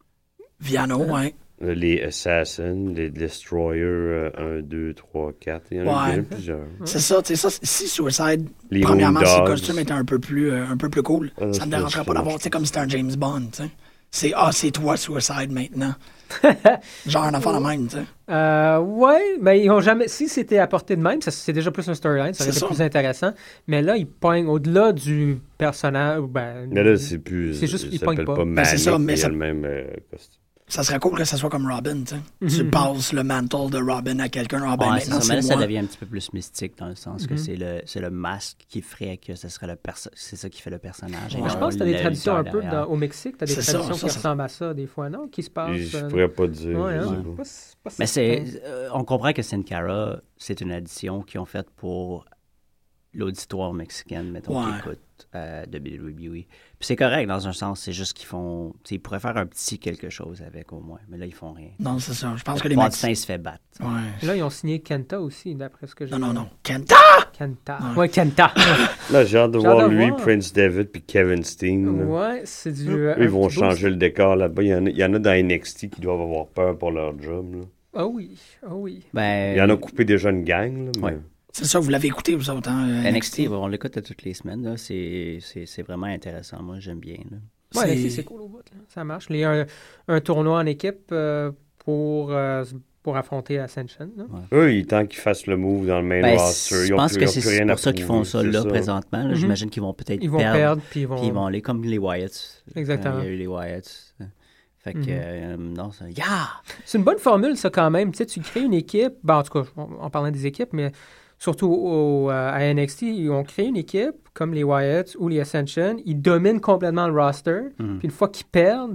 ouais. Les Assassins, les Destroyers, 1, 2, 3, 4, il y en a plusieurs. C'est ça, tu sais, si Suicide, les premièrement, si le costume était un peu plus cool, ça me dérangerait pas d'avoir, tu sais, comme si c'était un James Bond, tu sais. C'est toi, Suicide, maintenant. Genre un enfant de même, tu sais. Ouais, mais ils ont jamais... Si c'était apporté de même, c'est déjà plus un storyline, ça aurait été plus intéressant. Mais là, ils pognent au-delà du personnage. Mais là, c'est plus... C'est juste qu'ils ça pognent pas. pas. Manic, c'est ça, mais c'est le même costume. Ça serait cool que ça soit comme Robin, tu sais. Tu passes le mantle de Robin à quelqu'un. Robin, maintenant, c'est moi. Ça devient un petit peu plus mystique dans le sens que c'est le masque qui ferait que ce serait c'est ça qui fait le personnage. Je pense que tu as des traditions un peu au Mexique. Tu as des traditions qui ressemblent à ça des fois, non? Qui se passent. Je pourrais pas dire. Mais on comprend que Sin Cara, c'est une addition qu'ils ont faite pour l'auditoire mexicaine, mettons, qui écoute de WWE. Puis c'est correct, dans un sens, c'est juste qu'ils font... Ils pourraient faire un petit quelque chose avec, au moins. Mais là, ils font rien. Non, c'est ça. Je pense que les Mexicains se fait battre. Ouais. Là, ils ont signé Kenta aussi, d'après ce que j'ai vu. Non. Kenta! Ouais, Kenta. Là, j'ai hâte de voir lui, Prince David puis Kevin Steen. Là. Ouais, c'est du... Eux, ils vont changer le décor là-bas. Il y en a dans NXT qui doivent avoir peur pour leur job. Là. Ah oui. Ben... Il y en a coupé déjà une gang. Là, mais... Ouais. C'est ça, vous l'avez écouté, vous autres, hein? NXT, on l'écoute toutes les semaines. Là. C'est vraiment intéressant. Moi, j'aime bien. Là. Ouais, NXT, c'est cool au bout. Là. Ça marche. Il y a un tournoi en équipe pour affronter Ascension. Là. Ouais. Oui, tant qu'ils fassssent le move dans le main roster. Je pense que c'est pour ça qu'ils font ça là, présentement. Là. J'imagine qu'ils vont peut-être perdre. Puis ils vont aller comme les Wyatts. Exactement. Il y a eu les Wyatts. Fait que, non, ça... C'est une bonne formule, ça, quand même. Tu sais, tu crées une équipe. En tout cas, en parlant des équipes, mais... Surtout à NXT, ils ont créé une équipe comme les Wyatts ou les Ascension. Ils dominent complètement le roster. Puis une fois qu'ils perdent,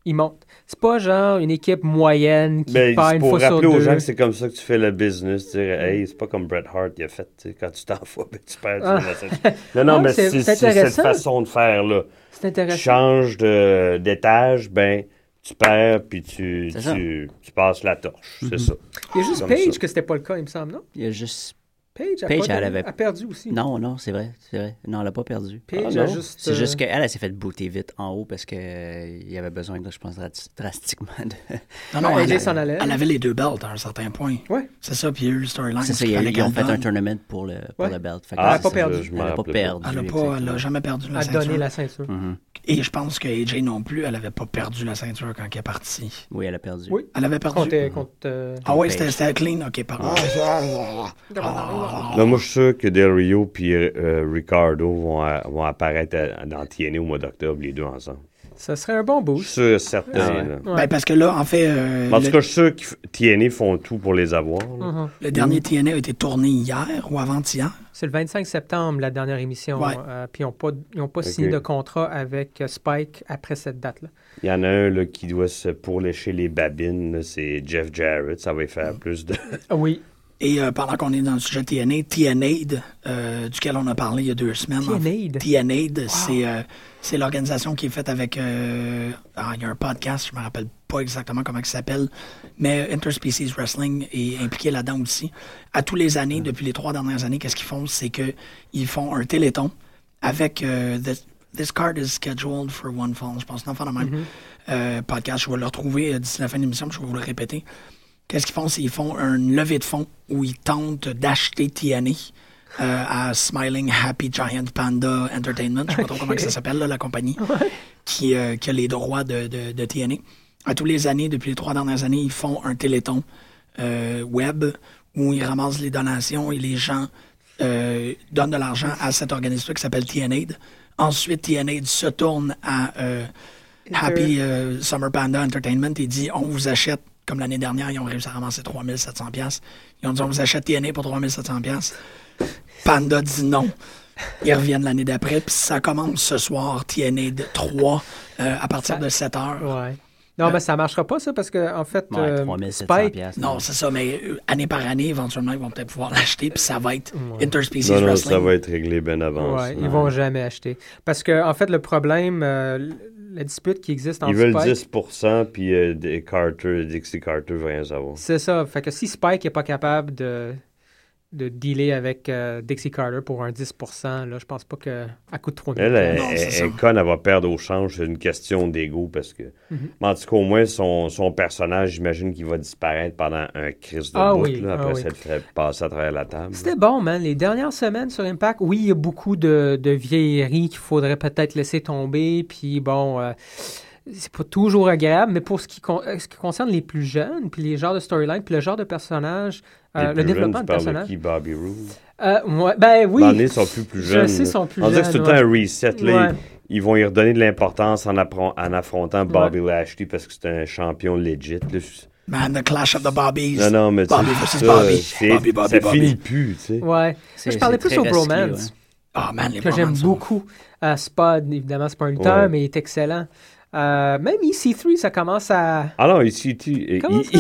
Ils montent. C'est pas genre une équipe moyenne qui Ben, perd une pour fois sur rappeler aux deux. gens que c'est comme ça que tu fais le business. Dire, hey, c'est pas comme Bret Hart, il a fait, tu sais, quand tu t'en fous, ben, tu perds. Ah. Non, Ah, mais c'est c'est cette intéressant. façon de faire-là. C'est Tu intéressant. changes d'étage, ben, tu perds, puis tu passes la torche. C'est ça. Il y a juste Comme Paige ça. que c'était pas le cas, il me semble, non? Il y a juste... Paige, Paige, pas elle avait- a perdu aussi. Non, c'est vrai. Non, elle n'a pas perdu. Paige Ah, a non? juste... C'est juste qu'elle, elle s'est fait booter vite en haut parce qu'il y avait besoin, là, je pense, drastiquement de... Non, Ouais, AJ s'en allait. Elle avait les 2 belts à un certain point. Ouais. C'est ça, puis il y a eu le storyline. C'est ça, qu'il fallait ils ont qu'elle fait un donne. tournament pour le belt. Fait que Elle a c'est pas ça. perdu. Je Elle m'en n'a pas rappelle perdu. Elle a jamais perdu la a ceinture. donné la ceinture. Mhm. Et je pense que AJ non plus, elle avait pas perdu la ceinture quand elle est partie. Oui, elle a perdu. Oui. Elle avait perdu. Contre Ah oui, Paige. c'était clean, ok, pardon. Là, moi, je suis sûr que Del Rio et Ricardo vont apparaître dans TNA au mois d'octobre, les deux ensemble. Ça serait un bon Je boost. suis sûr et certain. Ah ouais. là. Ouais. Ben, parce que là, en fait, En tout cas, je suis sûr que TNA font tout pour les avoir. là. Mhm. le dernier TNA a été tourné hier ou avant-hier. C'est le 25 septembre, la dernière émission. Ouais. Puis ils n'ont pas signé de contrat avec Spike après cette date-là. Il y en a un là, qui doit se pourlécher les babines, là, c'est Jeff Jarrett. Ça va y faire plus de... Ah oui. Et pendant qu'on est dans le sujet TNA, TNAID, duquel on a parlé il y a 2 semaines. TNAID. TNAID, c'est l'organisation qui est faite avec... il y a un podcast, je ne me rappelle pas exactement comment il s'appelle, mais Interspecies Wrestling est impliqué là-dedans aussi. À tous les années, depuis les 3 dernières années, qu'est-ce qu'ils font? C'est qu'ils font un téléthon avec... This card is scheduled for one fall. Je pense que c'est un même podcast. Je vais le retrouver d'ici la fin de l'émission, puis je vais vous le répéter. Qu'est-ce qu'ils font? C'est qu'ils font une levée de fonds où ils tentent d'acheter TNA à Smiling Happy Giant Panda Entertainment. Je ne sais pas trop comment que ça s'appelle, là, la compagnie, qui a les droits de TNA. À tous les années, depuis les 3 dernières années, ils font un téléthon web où ils ramassent les donations et les gens donnent de l'argent à cet organisme qui s'appelle TNAID. Ensuite, TNAID se tourne à Happy Summer Panda Entertainment et dit « On vous achète ». Comme l'année dernière, ils ont réussi à ramasser 3 700$. Ils ont dit « On vous achète TNA pour 3 700$. » Panda dit non. Ils reviennent l'année d'après, puis ça commence ce soir, TNA 3, à partir de 7h. Ouais. Non, mais ça marchera pas, ça, parce que en fait, Ouais, 3700 Spike... piastres. Non, c'est ça, mais année par année, éventuellement, ils vont peut-être pouvoir l'acheter, puis ça va être Interspecies Non, Wrestling. ça va être réglé bien avant. Ouais, ils vont jamais acheter. Parce que, en fait, le problème, la dispute qui existe entre Ils veulent Spike... 10%, puis Dixie Carter veut rien savoir. C'est ça. Fait que si Spike n'est pas capable de dealer avec Dixie Carter pour un 10%, là, je pense pas qu'à coup de 3 000 Elle Non, c'est ça. est conne, elle va perdre au change. C'est une question d'ego parce que. Mais en tout cas, au moins, son personnage, j'imagine qu'il va disparaître pendant un crise de bout. oui, Là. Après, oui. ça le ferait passer à travers la table. C'était bon, man. Les dernières semaines sur Impact, oui, il y a beaucoup de vieilleries qu'il faudrait peut-être laisser tomber. Puis bon, c'est pas toujours agréable, mais pour ce qui concerne les plus jeunes, puis les genres de storyline, puis le genre de personnage, le développement de personnage. Qui, Bobby Roode? Ouais, ben oui. Ils sont plus jeunes. Je sais, là. sont plus On dirait que c'est tout jeunes, le temps un reset. Là. Ouais. Ils vont y redonner de l'importance en affrontant Bobby Lashley parce que c'est un champion legit. Là. Man, the clash of the Bobbies. Non, mais Bobby tu versus sais, Bobby. c'est- Bobby, Bobby, ça Bobby. finit plus, tu sais. Ouais. C'est- Je parlais c'est plus au très recyclé, bromance, ouais. Ah, man, les que j'aime Bromans sont- beaucoup. Spud, évidemment, c'est pas un lutteur, Ouais. mais il est excellent. Même EC3, ça commence à... Ah non, ici, Comment ça?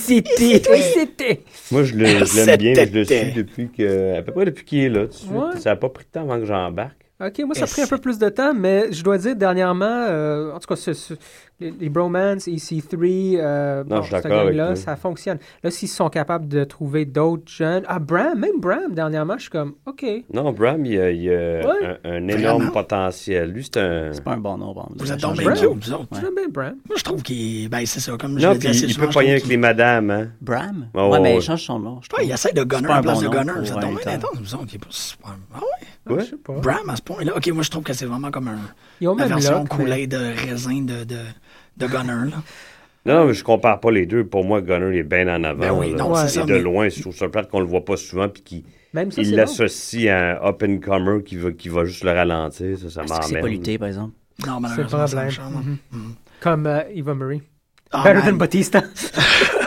EC3. Moi, je l'aime bien, mais je le C'était. suis à peu près depuis qu'il est là. Tout de suite. Ouais. Ça n'a pas pris de temps avant que j'embarque. OK, moi, ça a pris un peu plus de temps, mais je dois dire, dernièrement, en tout cas, les Bromance, EC3, Non, je suis cette d'accord avec gang-là, toi. ça fonctionne. Là, s'ils sont capables de trouver d'autres jeunes... Ah, même Bram, dernièrement, je suis comme, OK. Non, Bram, il a Ouais. un énorme Vraiment? potentiel. Lui, c'est un... C'est pas un bon nom. Bon, Vous êtes ça donc change. bien Brand. cute, vous autres. J'aime bien Bram. Moi, je trouve qu'il... Ben, c'est ça, comme je Non, le puis dis assez il souvent, peut je pogner trouve avec qu'il- les madames, hein. Bram? Oh, ouais, mais ouais. il change son nom. Je Ouais, trouve. il essaie de gunner pas en un place bon de nom gunner. pour Vous êtes un donc bien lutteur. intense, vous autres. Il est pas super... Ah ouais? Ouais. Je sais pas. Bram, à ce point-là. OK, moi, je trouve que c'est vraiment comme Ils ont la même version look, mais- Kool-Aid de raisin de gunner, là. Non, mais je compare pas les deux. Pour moi, Gunner il est bien en avant. Ben oui, là. non, Ouais. c'est Et ça. de mais- loin, je trouve ça plate qu'on le voit pas souvent puis qu'il Même ça, il c'est bon. l'associe à un up-and-comer qui va juste le ralentir. Ça Est-ce que c'est m'emmerde. pas lutté, par exemple? Non, C'est malheureusement, le ça me problème. change, non. Comme Eva Marie. Ah, Better man. than Batista.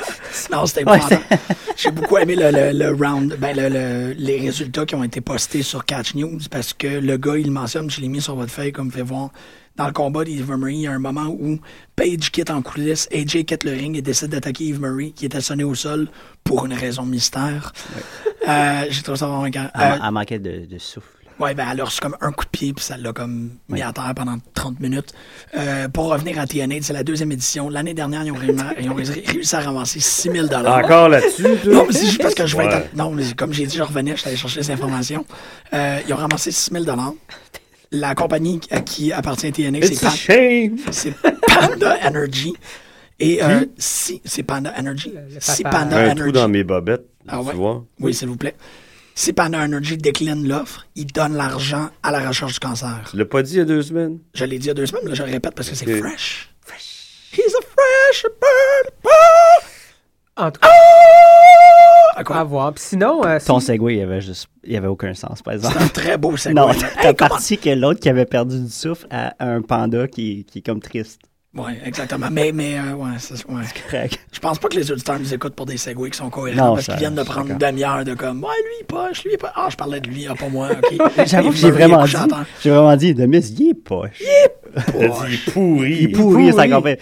Non, c'était épouvantable. J'ai beaucoup aimé le round, les résultats qui ont été postés sur Catch News parce que le gars, il mentionne, je l'ai mis sur votre feuille, comme fait voir, dans le combat d'Eve Murray, il y a un moment où Paige quitte en coulisses, AJ quitte le ring et décide d'attaquer Eve Murray, qui était sonné au sol pour une raison mystère. Ouais. J'ai trouvé ça vraiment quand. Elle manquait de souffle. Oui, elle a reçu comme un coup de pied, puis ça l'a comme mis à terre pendant 30 minutes. Pour revenir à TNA, c'est la 2e édition. L'année dernière, ils ont réussi à ramasser 6 000 $. Encore là-dessus? Non, mais c'est juste parce que je vais être... Non, mais comme j'ai dit, je revenais, je suis allé chercher ces informations. Ils ont ramassé 6 000 $. La compagnie à qui appartient à TNA, c'est Panda Energy. Et c'est Panda Energy. Si Panda Energy... Un trou trou dans mes bobettes, tu vois? Oui, s'il vous plaît. Si Panda Energy décline l'offre, il donne l'argent à la recherche du cancer. Tu l'as pas dit il y a 2 semaines? Je l'ai dit il y a 2 semaines, mais là, je le répète parce que c'est fresh. He's a fresh bird. En tout cas, à voir. Puis sinon... Ton segway, il y avait aucun sens, par exemple. C'est un très beau segway. Non, t'as parti que l'autre qui avait perdu du souffle à un panda qui est comme triste. Oui, exactement. Mais c'est correct. Je pense pas que les auditeurs nous écoutent pour des segways qui sont cohérents parce qu'ils viennent de prendre une demi-heure de comme, lui, il poche, lui, il poche. Ah, je parlais de lui, pas moi, OK. J'avoue que j'ai vraiment dit, Demis, il est poche. Il est pourri. Il est pourri, ça compte.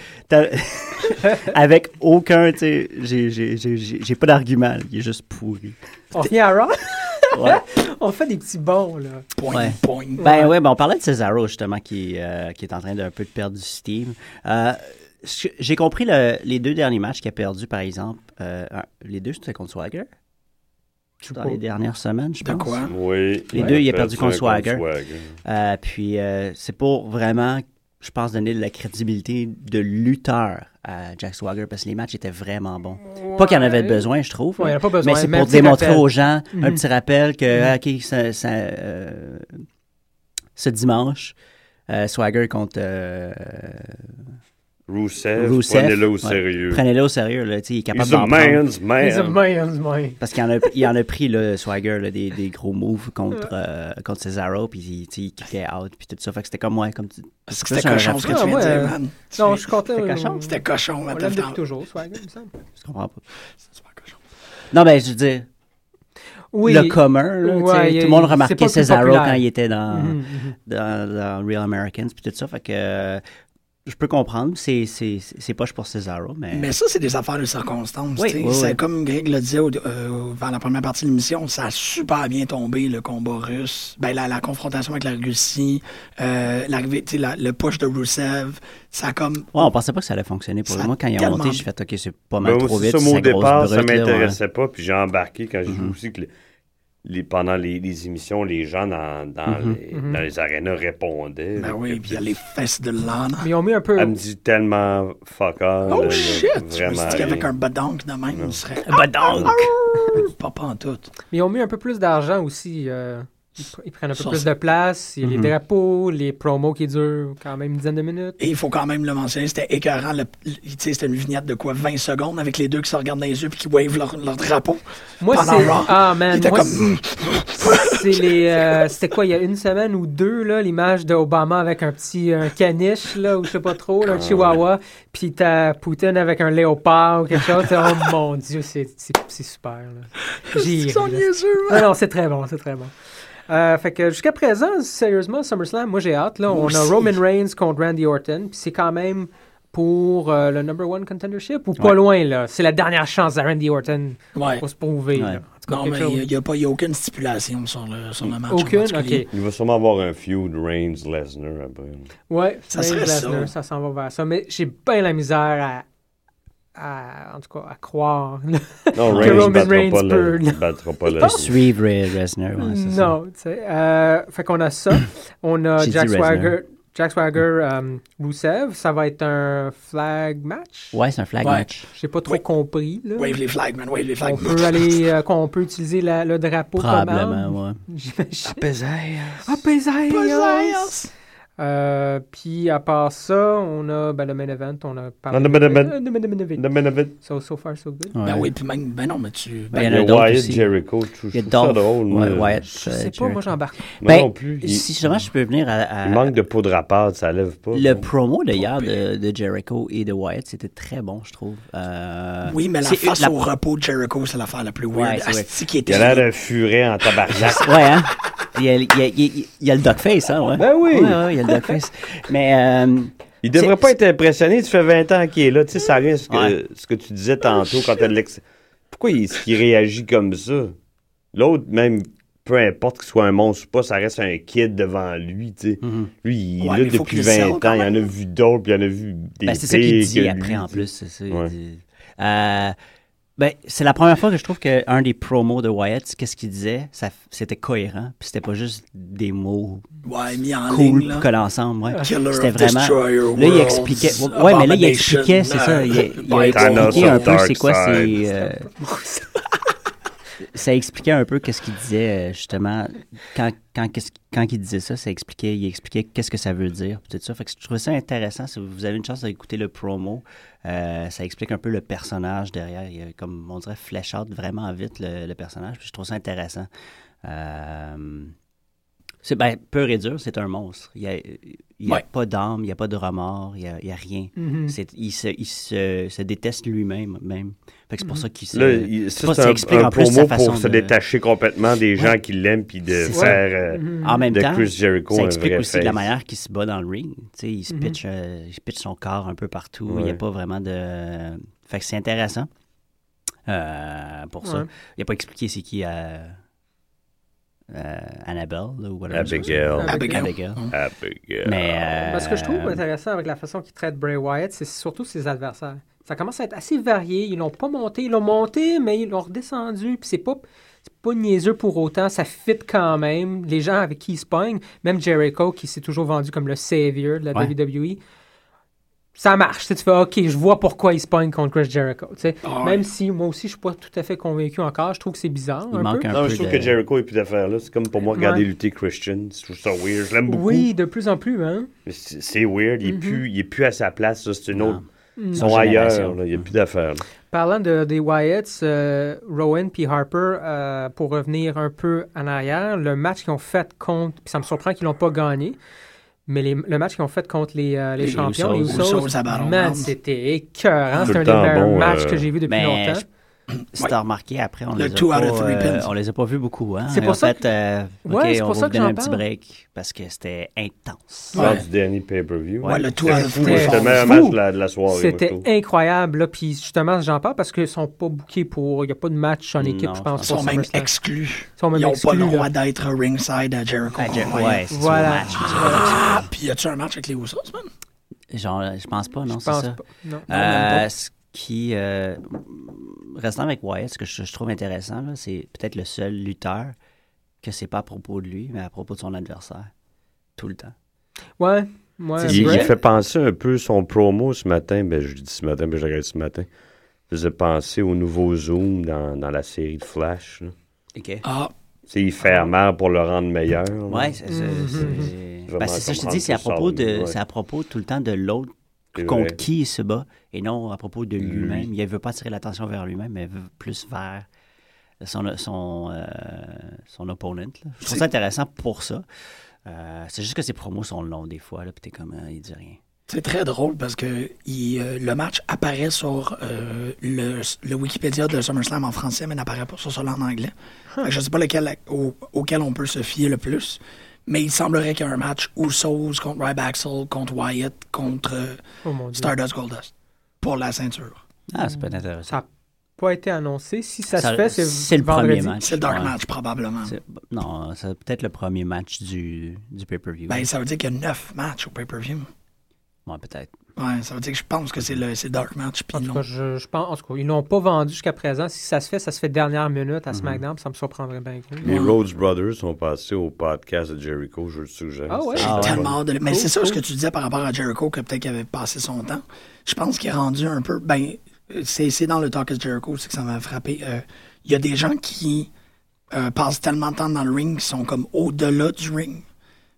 Avec aucun, tu sais, j'ai pas d'argument, il est juste pourri. On vient à Raw? Ouais. On fait des petits bons, là. Point. On parlait de Cesaro, justement, qui est en train d'un peu de perdre du steam. J'ai compris les 2 derniers matchs qu'il a perdus, par exemple. Les 2, c'était contre Swagger? Dans les dernières semaines, je pense. De quoi? Oui. Les 2, il a perdu contre Swagger. Puis, c'est pour vraiment, je pense, donner de la crédibilité de lutteur à Jack Swagger parce que les matchs étaient vraiment bons. Ouais. Pas qu'il en avait besoin, je trouve. Ouais, il n'y a pas besoin. Mais c'est pour démontrer aux gens un petit rappel que, OK, ce dimanche, Swagger contre... Rusev, prenez-le au sérieux. Prenez-le au sérieux, là, il est capable d'en prendre. He's a man's man. Parce qu'il en a pris, le Swagger, là, des gros moves contre Cesaro, puis il kickait out, puis tout ça. Fait que c'était comme, comme tu... Parce que c'était cochon, ce que tu viens de dire, man. Non, je suis content. C'était cochon? C'était cochon, on l'aime depuis toujours, Swagger, il me semble. Je comprends pas. C'est super cochon. Non, ben, je veux dire... Oui, le commun, là, tout le monde remarquait Cesaro quand il était dans Real Americans, puis tout ça. Fait que... Je peux comprendre, c'est poche pour Cesaro, mais... Mais ça, c'est des affaires de circonstances. Oui. Comme Greg le disait dans la première partie de l'émission, ça a super bien tombé, le combat russe. La confrontation avec la Russie, l'arrivée, le push de Rusev, ça a comme... Ouais, on pensait pas que ça allait fonctionner pour moi. Quand il a monté, j'ai fait, OK, c'est pas mal trop vite. Au départ, ça m'intéressait pas, puis j'ai embarqué quand j'ai vu aussi que... pendant les émissions, les gens dans les arénas répondaient. Ben oui, puis il y a les fesses de Lana. Mais ils ont mis un peu... Elle me dit tellement fuck all. Oh shit! Vraiment. Je me suis dit qu'avec un badonk de même, il serait... Un badonk! Pas en tout. Mais ils ont mis un peu plus d'argent aussi. Ils prennent un peu plus de place. Il y a les drapeaux, les promos qui durent quand même une dizaine de minutes. Et il faut quand même le mentionner, c'était écœurant. C'était une vignette de quoi, 20 secondes avec les deux qui se regardent dans les yeux et qui wavent leur drapeau. Moi, c'est... Ah, man, moi, c'était quoi, il y a une semaine ou 2, là, l'image d'Obama avec un caniche, là, ou je sais pas trop, là, un chihuahua, puis t'as Poutine avec un léopard ou quelque chose. Oh mon Dieu, c'est super, là. Ils sont niaiseux, non, c'est très bon, c'est très bon. Fait que jusqu'à présent, sérieusement, SummerSlam, moi j'ai hâte. Là, on a Roman Reigns contre Randy Orton, puis c'est quand même pour le number 1 contendership ou pas loin, là. C'est la dernière chance à Randy Orton pour se prouver. Là. Non, mais il n'y a aucune stipulation sur le match. Aucune? OK. Il va sûrement avoir un feud Reigns-Lesnar après. Ouais, ça serait Lesnar, ça s'en va vers ça. Mais j'ai bien la misère en tout cas, à croire que Roman Reigns peut... Il battra pas le... Suivre Lesnar, c'est ça. Non, tu sais. Fait qu'on a ça. On a Jack Swagger, Rusev. Ça va être un flag match? Ouais, c'est un flag match. J'ai pas trop compris, là. Wave les flags, man. Wave les flags. On peut utiliser le drapeau probablement, ouais. Apézaias. Apézaias. Puis à part ça, on a le main event, on a parlé The main event. So far, so good. Ben oui, puis même, non, mais tu... Ben, il y en Il y a a d'autres Wyatt, aussi. Jericho, je Il y a trouve ça Dolph, drôle. moi. Wyatt, Je sais pas, Jericho. moi j'embarque. Moi Ben, non plus. Si justement je peux venir à Il manque de poudre à pâte, ça lève pas. le promo de hier de Jericho et de Wyatt, c'était très bon, je trouve. Oui, mais la c'est face la- au repos de Jericho, c'est l'affaire la plus Ouais, weird. c'est vrai. Asti qui Il était... a l'air d'un furet en tabarnak. Ouais, hein? Il y a le duckface, hein? Ouais. Ben oui. Ouais, il y a le duckface. Mais. Il devrait C'est- pas être impressionné. Ça fait 20 ans qu'il est là. Tu sais, ça revient à Ouais. ce que tu disais tantôt quand t'as de l'ex... Pourquoi est-ce qu'il réagit comme ça? L'autre, même, peu importe qu'il soit un monstre ou pas, ça reste un kid devant lui, tu sais. Lui, il est Ouais, là mais faut depuis qu'il 20 sell ans. quand Il en même. a vu d'autres, puis il en a vu des Ben, c'est ça qu'il pires dit que après, lui, en tu sais. plus. C'est ça, il Ouais. dit. C'est la première fois que je trouve qu'un des promos de Wyatt, qu'est-ce qu'il disait, c'était cohérent. Puis c'était pas juste des mots Ouais, mis en cool ligne, là. collés ensemble. Ouais. Killer C'était of vraiment. Destroyer Là, il Worlds, expliquait. Ouais, mais là, il Abomination, expliquait, c'est ça. Il a Thanos expliqué un of peu c'est quoi Darkseid. ça expliquait un peu qu'est-ce qu'il disait, justement. Quand il disait ça, il expliquait qu'est-ce que ça veut dire, tout ça. Fait que je trouvais ça intéressant. Si vous avez une chance d'écouter le promo, ça explique un peu le personnage derrière. Il y a, comme on dirait, flesh out vraiment vite le personnage. Puis je trouve ça intéressant. Pur et dur, c'est un monstre. Il n'y a pas d'âme, il n'y a pas de remords, il n'y a rien. Mm-hmm. Il se déteste lui-même. Même. Fait que c'est pour ça qu'il se... Là, ça explique un en plus promo sa façon pour se de- détacher complètement des gens Ouais. qui l'aiment puis de C'est faire En même de temps, Chris Jericho ça un explique vrai aussi de la face. manière qu'il se bat dans le ring. Tu sais, il se pitch son corps un peu partout. Il n'y a Ouais. pas vraiment de... Fait que c'est intéressant pour ça. Ouais. Il n'a pas expliqué c'est qui Annabelle là, ou whatever. Abigail. Abigail. Abigail. Mais Ce que je trouve intéressant avec la façon qu'il traite Bray Wyatt, c'est surtout ses adversaires. Ça commence à être assez varié. Ils l'ont pas monté. Ils l'ont monté, mais ils l'ont redescendu. Puis c'est pas niaiseux pour autant. Ça fit quand même. Les gens avec qui il se pogne, même Jericho, qui s'est toujours vendu comme le savior de la Ouais. WWE, ça marche. Tu sais, tu fais, OK, je vois pourquoi il se pogne contre Chris Jericho. Tu sais. Ah ouais. Même si moi aussi, je suis pas tout à fait convaincu encore. Je trouve que c'est bizarre. il un manque peu. un Non, peu je trouve de... que Jericho n'a plus d'affaires là. C'est comme pour moi regarder Ouais. lutter Christian. Je trouve ça weird. Je l'aime beaucoup. Oui, de plus en plus. Hein? Mais c'est weird. Il est plus à sa place. Ça, c'est une Non. autre. Ils Son sont génération. ailleurs. Là. Il n'y a plus d'affaires. là. Parlant des Wyatts, Rowan puis Harper, pour revenir un peu en arrière, le match qu'ils ont fait contre, puis ça me surprend qu'ils l'ont pas gagné, mais le match qu'ils ont fait contre les champions, les Usos à Usos, Battleground. man, c'était écœurant. Tout C'était un le des temps meilleurs bon, matchs que j'ai vu depuis Mais longtemps. si t'as remarqué, après, on Le les a 2 out of 3 pas, pins. on les a pas vus beaucoup. Hein? C'est pour En ça fait, Ouais, c'est on pour va ça vous que donner j'en un petit parle. break parce que c'était intense. Lors Ouais. du dernier pay-per-view. Ouais, le 2 out of Fou, 3. C'était le meilleur Fou. match de la soirée. moi, je C'était trouve. incroyable. Là, puis justement, j'en parle parce qu'ils sont pas bookés pour... Il n'y a pas de match en équipe, Non, je pense. Ils sont pour même SummerSlam. exclus. Ils sont même Ils n'ont pas exclus, le là. droit d'être ringside à Jericho. Ouais, c'est Voilà. son match. Ah, puis y a-tu un match avec les Usos, man? Genre, je pense pas, non, Je c'est pense ça. pas. Non. Ce qui, restant avec Wyatt, ce que je trouve intéressant, là, c'est peut-être le seul lutteur que c'est pas à propos de lui, mais à propos de son adversaire. Tout le temps. Ouais. C'est Il vrai. fait penser un peu son promo ce matin. Ben, je dis ce matin, mais je regarde ce matin. Il faisait penser au nouveau Zoom dans la série de Flash. Là. OK. Ah, C'est y faire mal pour le rendre meilleur. là. Ouais, c'est Vraiment ça, je te comprendre dis, c'est à tout ça, propos de, ouais. c'est à propos tout le temps de l'autre C'est contre vrai. qui il se bat et non à propos de lui-même. Lui. Il ne veut pas attirer l'attention vers lui-même, mais veut plus vers son opponent. Là. Je trouve ça intéressant pour ça. C'est juste que ses promos sont longs des fois, là, puis t'es comme, il dit rien. c'est très drôle parce que le match apparaît sur le Wikipédia de SummerSlam en français, mais n'apparaît pas sur celui en anglais. Fait que je ne sais pas lequel auquel on peut se fier le plus, mais il semblerait qu'il y a un match Usos contre Ryback, contre Wyatt, contre Oh mon Dieu. Stardust Goldust pour la ceinture. Ah, ça peut être intéressant. Ça n'a pas été annoncé. Si ça Ça- se fait, c'est le vendredi. premier match. C'est le dark Ouais. match, probablement. Non, c'est peut-être le premier match du pay-per-view. Ben, ça veut dire qu'il y a 9 matchs au pay-per-view. Ouais, peut-être. Ouais, ça veut dire que je pense que c'est le dark match. Puis En tout non. cas, je pense, en tout cas, ils l'ont pas vendu jusqu'à présent. Si ça se fait dernière minute à SmackDown, puis ça me surprendrait bien gros. Les Rhodes Brothers sont passés au podcast de Jericho, je le suggère. Ah ouais? J'ai Ah ouais. tellement hâte de... Mais Cool, c'est ça cool. ce que tu disais par rapport à Jericho, que peut-être qu'il avait passé son temps. Je pense qu'il est rendu un peu... Ben, c'est dans le Talk of Jericho, c'est que ça m'a frappé. Il y a des gens qui passent tellement de temps dans le ring qui sont comme au-delà du ring.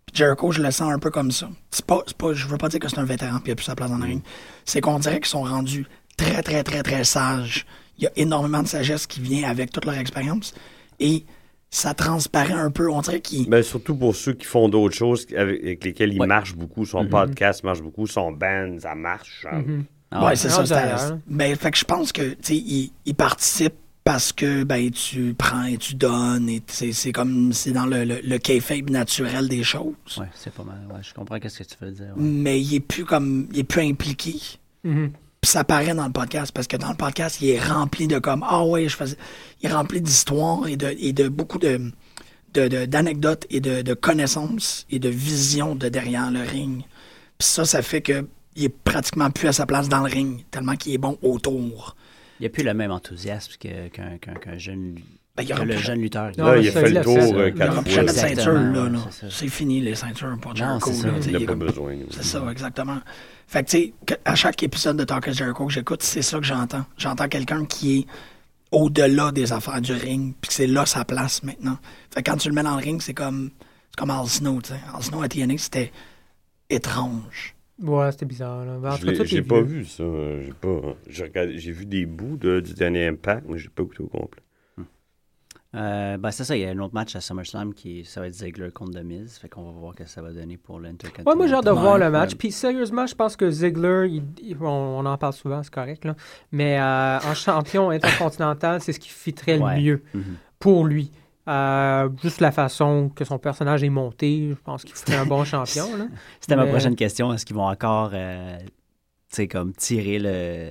Jericho, je le sens un peu comme ça. Je veux pas dire que c'est un vétéran puis il a plus sa place dans le ring. C'est qu'on dirait qu'ils sont rendus très, très, très, très sages. Il y a énormément de sagesse qui vient avec toute leur expérience. Et ça transparaît un peu. On dirait qu'ils... Ben, surtout pour ceux qui font d'autres choses avec lesquelles ils marchent beaucoup. Son podcast marche beaucoup. Son band, ça marche. Ouais, c'est ça. Ben, fait que je pense que, tu sais, ils participent parce que, ben, tu prends et tu donnes. Et c'est comme, c'est dans le kayfabe naturel des choses. Ouais, c'est pas mal. Ouais, je comprends ce que tu veux dire. Ouais. Mais il est plus impliqué. Puis ça paraît dans le podcast, parce que dans le podcast, il est rempli de comme, il est rempli d'histoires et de beaucoup d'anecdotes et de connaissances et de visions de derrière le ring. Puis ça fait que il est pratiquement plus à sa place dans le ring, tellement qu'il est bon autour. Il n'y a plus le même enthousiasme qu'un jeune... le jeune lutteur. Là, il a fait le tour 4 fois. Il n'y jamais de ceinture, là. C'est c'est fini, les ceintures pour Jericho. Il n'a pas besoin. C'est ça, exactement. Fait que, tu sais, à chaque épisode de Talk of Jericho que j'écoute, c'est ça que j'entends. J'entends quelqu'un qui est au-delà des affaires du ring, puis que c'est là sa place maintenant. Fait que quand tu le mets dans le ring, c'est comme Al Snow, tu sais. Al Snow à TNA, c'était étrange. Ouais, c'était bizarre. Là. J'ai pas vu ça. J'ai vu des bouts du dernier Impact, mais j'ai pas écouté au complet. C'est ça, il y a un autre match à SummerSlam ça va être Ziggler contre The Miz. Fait qu'on va voir ce que ça va donner pour l'Intercontinental. Ouais, moi j'ai hâte de voir le match. Puis sérieusement, je pense que Ziggler, on en parle souvent, c'est correct, là. Mais en champion intercontinental, c'est ce qui fitterait le mieux pour lui. Juste la façon que son personnage est monté, je pense qu'il ferait un bon champion. Là. C'était ma prochaine question. Est-ce qu'ils vont encore comme tirer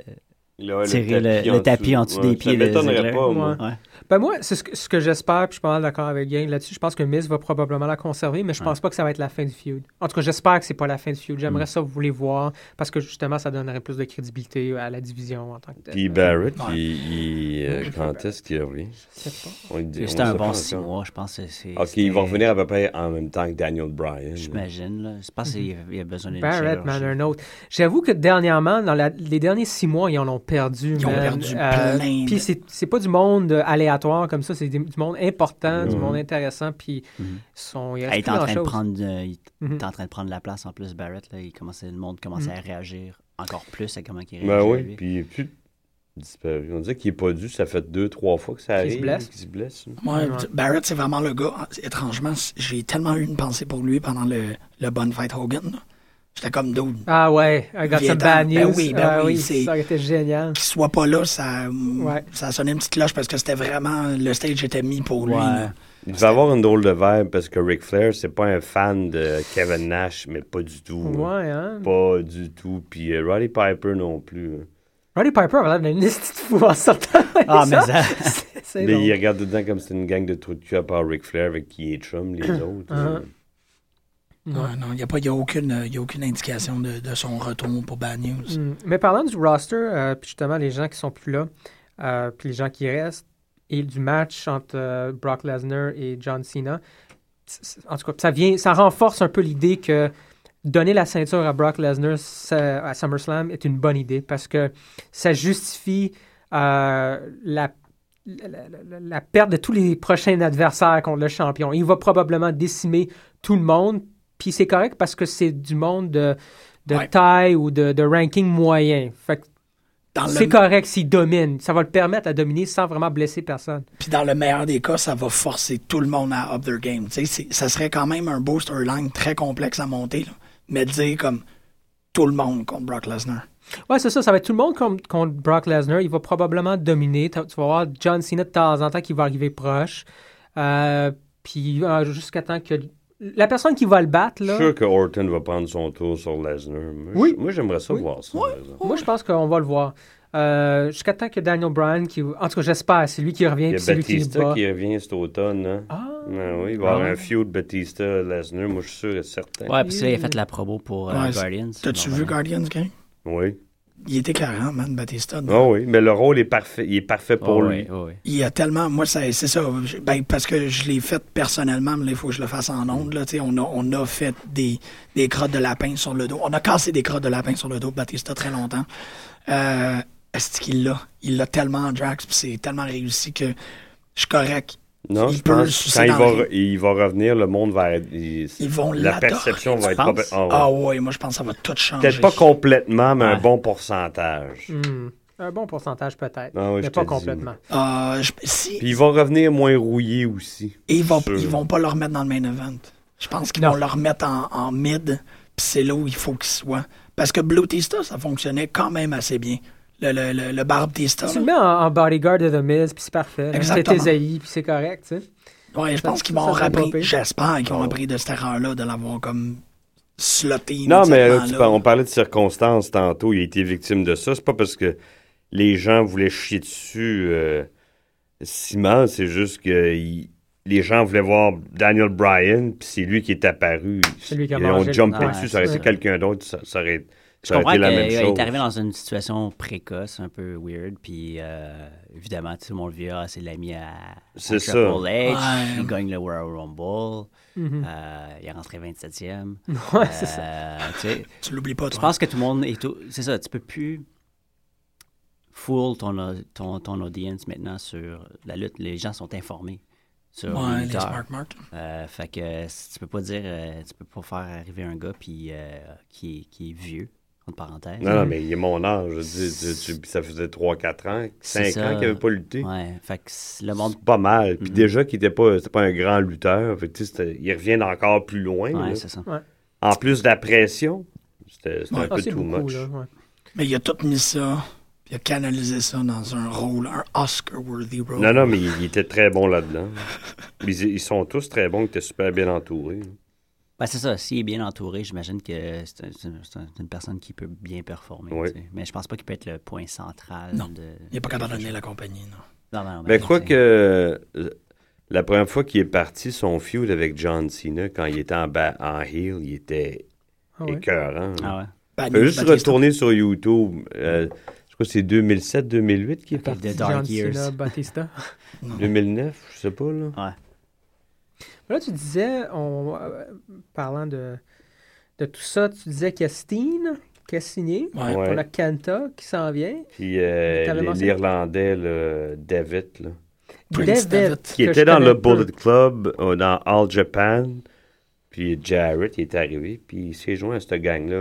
le tapis en dessous des pieds de Ziggler? Pas, moi. Ouais. Ben moi, c'est ce que j'espère, puis je suis pas mal d'accord avec Gang là-dessus. Je pense que Miz va probablement la conserver, mais je pense pas que ça va être la fin du feud. En tout cas, j'espère que c'est pas la fin du feud. J'aimerais ça vous les voir, parce que justement, ça donnerait plus de crédibilité à la division en tant que telle. Puis Barrett, quand est-ce qu'il revient? Je sais pas. C'était un bon 6 mois, je pense. OK, il va revenir à peu près en même temps que Daniel Bryan. J'imagine, là. Je pense qu'il y a besoin d'une Barrett, man, un autre. J'avoue que dernièrement, dans les derniers 6 mois, ils en ont perdu. Ils ont perdu plein. Puis c'est pas du monde aléatoire comme ça, c'est du monde important, du monde intéressant, puis il est en train de prendre la place en plus, Barrett. Là, le monde commençait à réagir encore plus à comment il réagit. Ben oui, puis il est plus disparu. On dirait qu'il n'est pas dû, ça fait 2-3 fois que ça arrive. Qu'il se blesse. Ouais, Barrett, c'est vraiment le gars. Étrangement, j'ai tellement eu une pensée pour lui pendant le Bun Fight Hogan. Là. J'étais comme dude. Ah ouais, I got some bad news. Ben oui, ça aurait été génial. Qu'il soit pas là, ça a sonné une petite cloche parce que c'était vraiment... Le stage était mis pour lui. Là. Il devait avoir une drôle de vibe parce que Ric Flair, c'est pas un fan de Kevin Nash, mais pas du tout. Ouais, hein? Pas du tout. Puis Roddy Piper non plus. Roddy Piper avait l'air d'une petite fou en sortant. Mais ça... Mais il regarde dedans comme c'était une gang de trous de cul à part Ric Flair avec qui est chum, les autres. Non, il n'y a aucune indication de son retour pour Bad News. Mais parlant du roster, puis justement, les gens qui sont plus là, puis les gens qui restent, et du match entre Brock Lesnar et John Cena, en tout cas, ça renforce un peu l'idée que donner la ceinture à Brock Lesnar à SummerSlam est une bonne idée, parce que ça justifie la perte de tous les prochains adversaires contre le champion. Il va probablement décimer tout le monde. Puis c'est correct parce que c'est du monde de taille ou de ranking moyen. Fait que c'est correct s'il domine. Ça va le permettre à dominer sans vraiment blesser personne. Puis dans le meilleur des cas, ça va forcer tout le monde à up their game. Ça serait quand même un beau storyline très complexe à monter. Là. Mais dire comme tout le monde contre Brock Lesnar. Ouais, c'est ça. Ça va être tout le monde contre Brock Lesnar. Il va probablement dominer. Tu vas voir John Cena de temps en temps qui va arriver proche. Puis jusqu'à temps que... La personne qui va le battre, là... Je suis sûr que Orton va prendre son tour sur Lesnar. Moi, j'aimerais ça voir ça. Moi, je pense qu'on va le voir. Jusqu'à temps que Daniel Bryan, en tout cas, j'espère, c'est lui qui revient. Il y a c'est Batista lui qui qui revient cet automne. Hein? Oui, il va y avoir un feud Batista-Lesnar, moi, je suis sûr et certain. Ouais, puis là, il a fait la promo pour Guardians. T'as-tu vu Guardians, King? Oui. Il était éclairant, man, Batista. Oui, mais le rôle est parfait. Il est parfait pour lui. Oui. Il y a tellement... Moi, c'est ça. Parce que je l'ai fait personnellement, mais il faut que je le fasse en ondes. Là, on a fait des crottes de lapin sur le dos. On a cassé des crottes de lapin sur le dos de Batista très longtemps. Est-ce qu'il l'a? Il l'a tellement en Drax, puis c'est tellement réussi que je suis correct. Non, il je peut le pense que sucer quand dans le il va revenir, le monde va être... Ils vont la l'adorer. perception va être... penses? Ah ouais, moi je pense que ça va tout changer. Peut-être pas complètement, mais un Ouais. bon pourcentage. Un bon pourcentage peut-être, Ah oui, je mais te pas dis. complètement. Si, Puis il va revenir moins rouillé aussi. et ils sûr. vont pas le remettre dans le main event. Je pense qu'ils Non. vont le remettre en mid, puis c'est là où il faut qu'il soit. Parce que Blue Tista, ça fonctionnait quand même assez bien. Le Barb Tista. Tu le mets en bodyguard de The Miz, puis c'est parfait. C'est Exactement. Esaïe, puis c'est correct, tu sais. Ouais, je pense qu'ils Ça vont serait pas appris. pire. J'espère qu'ils ont appris de cette erreur-là, de l'avoir comme sloté. Non, mais là, immédiatement, on parlait de circonstances tantôt. Il a été victime de ça. C'est pas parce que les gens voulaient chier dessus Simon, c'est juste que les gens voulaient voir Daniel Bryan, puis c'est lui qui est apparu. C'est lui qui a Ils ont mangé le- jumpé Ouais, dessus. Ça aurait c'est été ça. quelqu'un d'autre, ça aurait Je ça aurait comprends été la qu'il même chose. est arrivé dans une situation précoce, un peu weird, puis évidemment, tout le monde le vit, c'est l'ami à C'est Triple ça. H, Ouais. il gagne le Royal Rumble, Mhm. il est rentré 27e. Ouais, c'est ça. Tu sais, Tu l'oublies pas, je toi. pense que tout le monde est tout. C'est ça, tu peux plus fool ton audience maintenant sur la lutte. Les gens sont informés sur Ouais, les les lutteurs. Smart Mark. Fait que tu peux pas dire, tu peux pas faire arriver un gars puis qui est vieux, entre parenthèses. Non, mais il est mon âge. Je dis, ça faisait 3-4 ans, 5 C'est ça. ans qu'il n'avait pas lutté. Ouais, fait que le monde. C'est pas mal. Puis Mhm. déjà qu'il c'était pas un grand lutteur. Fait que, tu sais, il revient encore plus loin. Ouais, là. c'est ça. En plus de la pression, c'était Ouais. un peu c'est too beaucoup, much. là. Ouais. Mais il a tout mis ça, puis il a canalisé ça dans un rôle, un Oscar-worthy role. Non, mais il était très bon là-dedans. Ils sont tous très bons, ils étaient super bien entourés. Ben, c'est ça. S'il est bien entouré, j'imagine que c'est une personne qui peut bien performer. Oui. Tu sais. Mais je pense pas qu'il peut être le point central. Non. De, Il n'est pas capable de donner la compagnie, non. Non, Mais non, quoi c'est- que la première fois qu'il est parti, son feud avec John Cena, quand il était en heel, il était Ah ouais. écœurant. Ah ouais. Ben, Il faut juste Batista. retourner sur YouTube. Je crois que c'est 2007-2008 qu'il est Ok, parti. The Dark John Years. Cena, Batista. 2009, je sais pas, là. Ouais. Là, tu disais, parlant de tout ça, tu disais qu'il y a Steen qui a signé Ouais. pour Ouais. la Kenta qui s'en vient. Puis T'avais mentionné? l'Irlandais, là, David, là, Prince David. qui que était je dans connais le peu. Bullet Club, dans All Japan. Puis Jarrett, il est arrivé, puis il s'est joint à cette gang-là,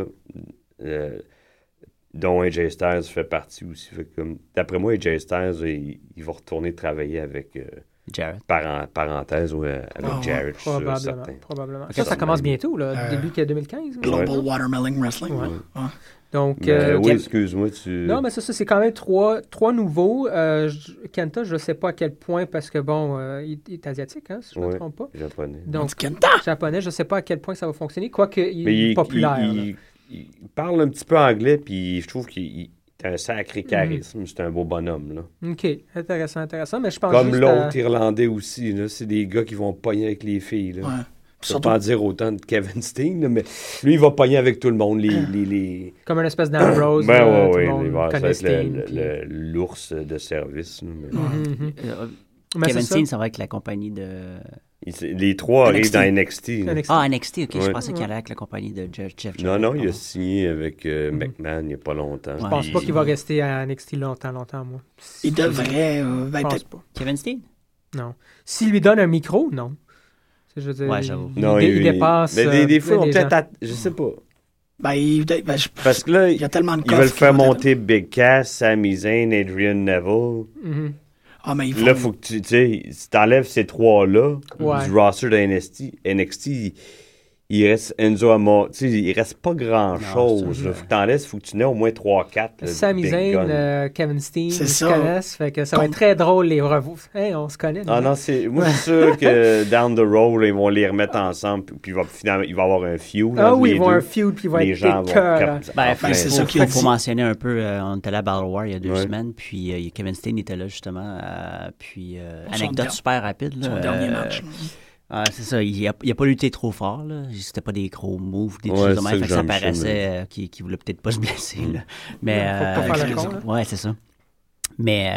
dont AJ Styles fait partie aussi. Fait que, comme, d'après moi, AJ Styles, il va retourner travailler avec, Jarrett. parenthèse, ou avec Ah ouais, Jarrett, je suis sûr, Probablement. certain. Probablement. Ok, Ça ça commence me- bientôt, là, début 2015. mais- Global Ouais. Watermelon Wrestling. Ouais. Ouais. Donc, Mais oui, Ken- excuse-moi, tu... non, mais ça, c'est quand même trois nouveaux. Kenta, je ne sais pas à quel point, parce que bon, il est asiatique, hein, si je ne me Ouais. trompe pas. Japonais. On Donc, dit Kenta! japonais, je ne sais pas à quel point ça va fonctionner, quoique il Mais est populaire. là. il parle un petit peu anglais, puis je trouve qu'il a un sacré charisme. C'est un beau bonhomme, là. OK, intéressant, mais je pense Comme juste l'autre Irlandais aussi, là. C'est des gars qui vont pogner avec les filles, là. Ouais. Je peux Surtout, pas en dire autant de Kevin Steen, là, mais lui, il va pogner avec tout le monde. comme une espèce d'Ambrose. Ben là, tout ouais, le monde il va connaît ça va être Steen, puis- l'ours de service. Là, mais- Mhm. Mais Kevin c'est ça. Steen, ça va avec la compagnie de. Les trois arrivent NXT. dans NXT. là. NXT. Ah, NXT, ok. Je Ouais. pensais qu'il allait avec la compagnie de Jeff Non, non, il a Jarrett. signé avec McMahon il n'y a pas longtemps. Je pense pas qu'il va rester à NXT longtemps, moi. il devrait Je ben, pense peut-être pas. Kevin Steen? Non. S'il lui donne un micro, non. Je veux dire, Ouais, j'avoue. il dépasse. Mais des fois, on les peut-être. gens. Je sais pas. ben, Parce que là, il y a tellement de ils veulent coffres faire qui vont monter Big Cass, Sami Zayn, Adrian Neville. Mhm. Ah, mais ils Là, font... faut que tu sais, si t'enlèves ces trois-là Ouais. du roster de NXT, il reste Enzo Amore. Tu sais, il reste pas grand-chose. Non, c'est là. Faut que t'en laisses, faut que tu n'aies au moins 3-4. là, Sami big Zayn, guns. Kevin Steen, C'est ils se ça. connaissent. Fait que ça va être très drôle, les revous. Hey, on se connaît. Ah nous. non, moi, je suis sûr que down the road, là, ils vont les remettre ensemble, puis finalement, il va y avoir un feud. Ah entre oui, les ils vont deux. un feud, puis il va Les être gens vont écœurant. Ben, Ben, c'est ça qu'il a faut dit. mentionner un peu, on était là à Battle War il y a 2 Ouais. semaines, puis Kevin Steen était là justement, puis Pour son anecdote der- super rapide. Là, son dernier match. c'est ça, il a pas lutté trop fort, là. C'était pas des gros moves, des Ouais, choses de c'est même, ça fait que que ça j'aime, paraissait qu'il voulait peut-être pas se blesser, là. Mais, Faut pas faire le con, là. ouais, c'est ça. Mais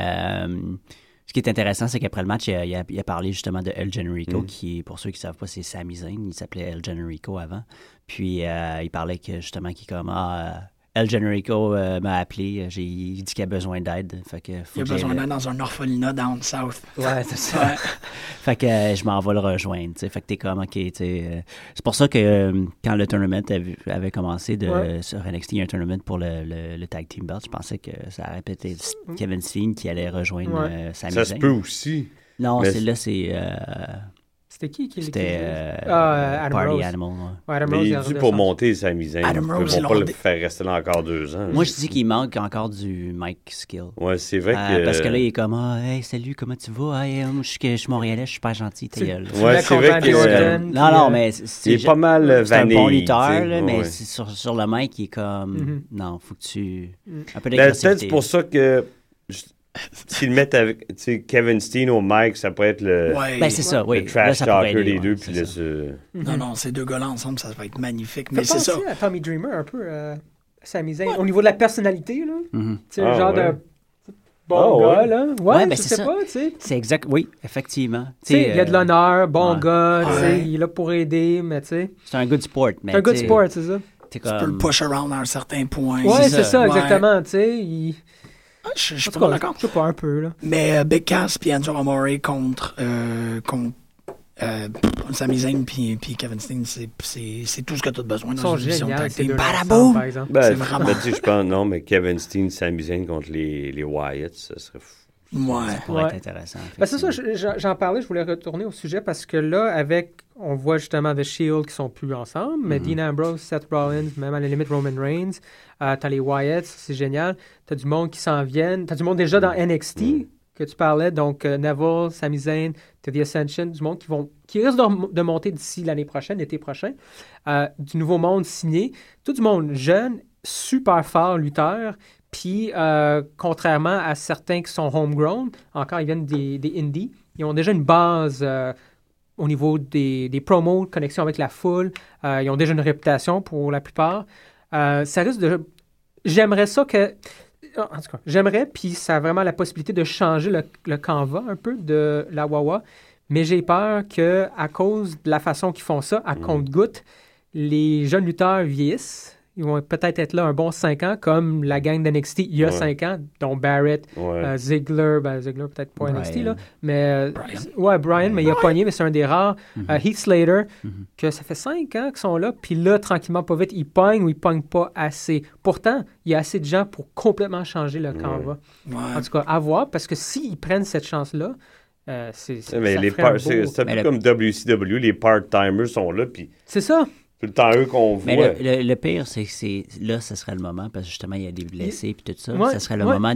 ce qui est intéressant, c'est qu'après le match, il a parlé justement de El Generico, qui, pour ceux qui savent pas, c'est Sami Zayn. Il s'appelait El Generico avant. Puis il parlait que justement, qu'il est comme, El Generico m'a appelé. Il dit qu'il a besoin d'aide. Fait que Il a besoin d'aide dans un orphelinat down south. Ouais, c'est ça. Ouais. Fait que je m'en vais le rejoindre. T'sais. Fait que t'es comme, OK. C'est pour ça que quand le tournament avait commencé sur NXT, il y a un tournament pour le Tag Team Belt. Je pensais que ça aurait été Kevin Steen qui allait rejoindre Sami Zayn. Ça se peut aussi. Non, mais c'est... C'était qui C'était Adam Party Rose. Animal. Ouais. Adam Mais Rose, il est redescend. dû pour monter Sami Zayn. Adam Ils Rose, vont ils pas l'ont le faire rester là encore 2 ans. Moi, je dis qu'il manque encore du mic skill. Ouais, c'est vrai que... Parce que là, il est comme, hey, salut, comment tu vas? Hey, moi, je suis Montréalais, je suis super gentil, ta gueule. Ouais, c'est vrai que... Non, mais il est pas mal c'est un vanille. bon lutteur, là, mais ouais. sur le mic, il est comme, non, faut que tu... Un peu Ben, d'agressivité. peut-être c'est pour ça que... S'ils le mettent avec Kevin Steen au mic, ça pourrait être le... Ouais. Ben, c'est ça, oui. Le trash Là, ça pourrait talker aider, des deux, ouais, puis c'est là, ça. Non, ces deux gars-là ensemble, ça va être magnifique. Ça Mais c'est ça. à Tommy Dreamer un peu, Sami Zayn. Au niveau de la personnalité, là. Mhm. Tu sais, le genre ouais. de bon gars, là. Ouais, ben, je c'est sais ça. pas, tu sais. C'est exact, oui, effectivement. Tu sais, il y a de l'honneur, bon ouais. gars, tu sais, Ouais. il est là pour aider, mais tu sais. C'est un good sport, mais C'est un good t'sais, sport, c'est ça. t'es Tu peux le comme... push around à un certain point. Ouais, c'est c'est ça. ça, Ouais. exactement, tu sais. Il... Je suis En tout pas cas, d'accord. je sais pas, un peu, là. Mais Big Cass puis Enzo Amore contre Sami Zayn puis Kevin Steen, c'est tout ce que tu as besoin Ils dans sont une émission de géniaux, tag ces team. deux-là ensemble, Badaboum! par exemple. Ben, C'est vraiment- ben, tu sais, je pense, non, mais Kevin Steen, Sami Zayn contre les Wyatt, ça serait fou. Ouais. Ça pourrait Ouais. être intéressant. Ben, c'est ça, effectivement. j'en parlais, je voulais retourner au sujet parce que là, on voit justement The Shield qui sont plus ensemble, mais Dean Ambrose, Seth Rollins, même à la limite Roman Reigns, t'as les Wyatt, c'est génial, t'as du monde qui s'en viennent, t'as du monde déjà dans NXT que tu parlais, donc Neville, Sami Zayn, t'as The Ascension, du monde qui risque de monter d'ici l'année prochaine, l'été prochain, du nouveau monde signé, tout du monde jeune, super fort lutteur. Puis, contrairement à certains qui sont homegrown, encore, ils viennent des indies, ils ont déjà une base au niveau des promos, de connexion avec la foule. Ils ont déjà une réputation pour la plupart. Ça risque de... J'aimerais ça que... En tout cas, j'aimerais, puis ça a vraiment la possibilité de changer le canevas un peu de la Wawa, mais j'ai peur qu'à cause de la façon qu'ils font ça, à compte-gouttes, les jeunes lutteurs vieillissent. Ils vont peut-être être là un bon 5 ans, comme la gang d'NXT il y a 5 ans, dont Barrett, Ziggler, Ziggler peut-être pas Brian. NXT, là, mais... Brian. Brian, mais il a pogné, mais c'est un des rares. Heath Slater, que ça fait 5 ans qu'ils sont là, puis là, tranquillement, pas vite, ils pognent ou ils pognent pas assez. Pourtant, il y a assez de gens pour complètement changer le canevas. Ouais. En tout cas, à voir, parce que s'ils prennent cette chance-là, Mais ça les ferait un beau- c'est un peu comme WCW, les part-timers sont là, puis C'est ça. tout le temps eux qu'on voit. Mais le pire, c'est que là, ce serait le moment, parce que justement, il y a des blessés et tout ça. Ouais, Ce serait le ouais. moment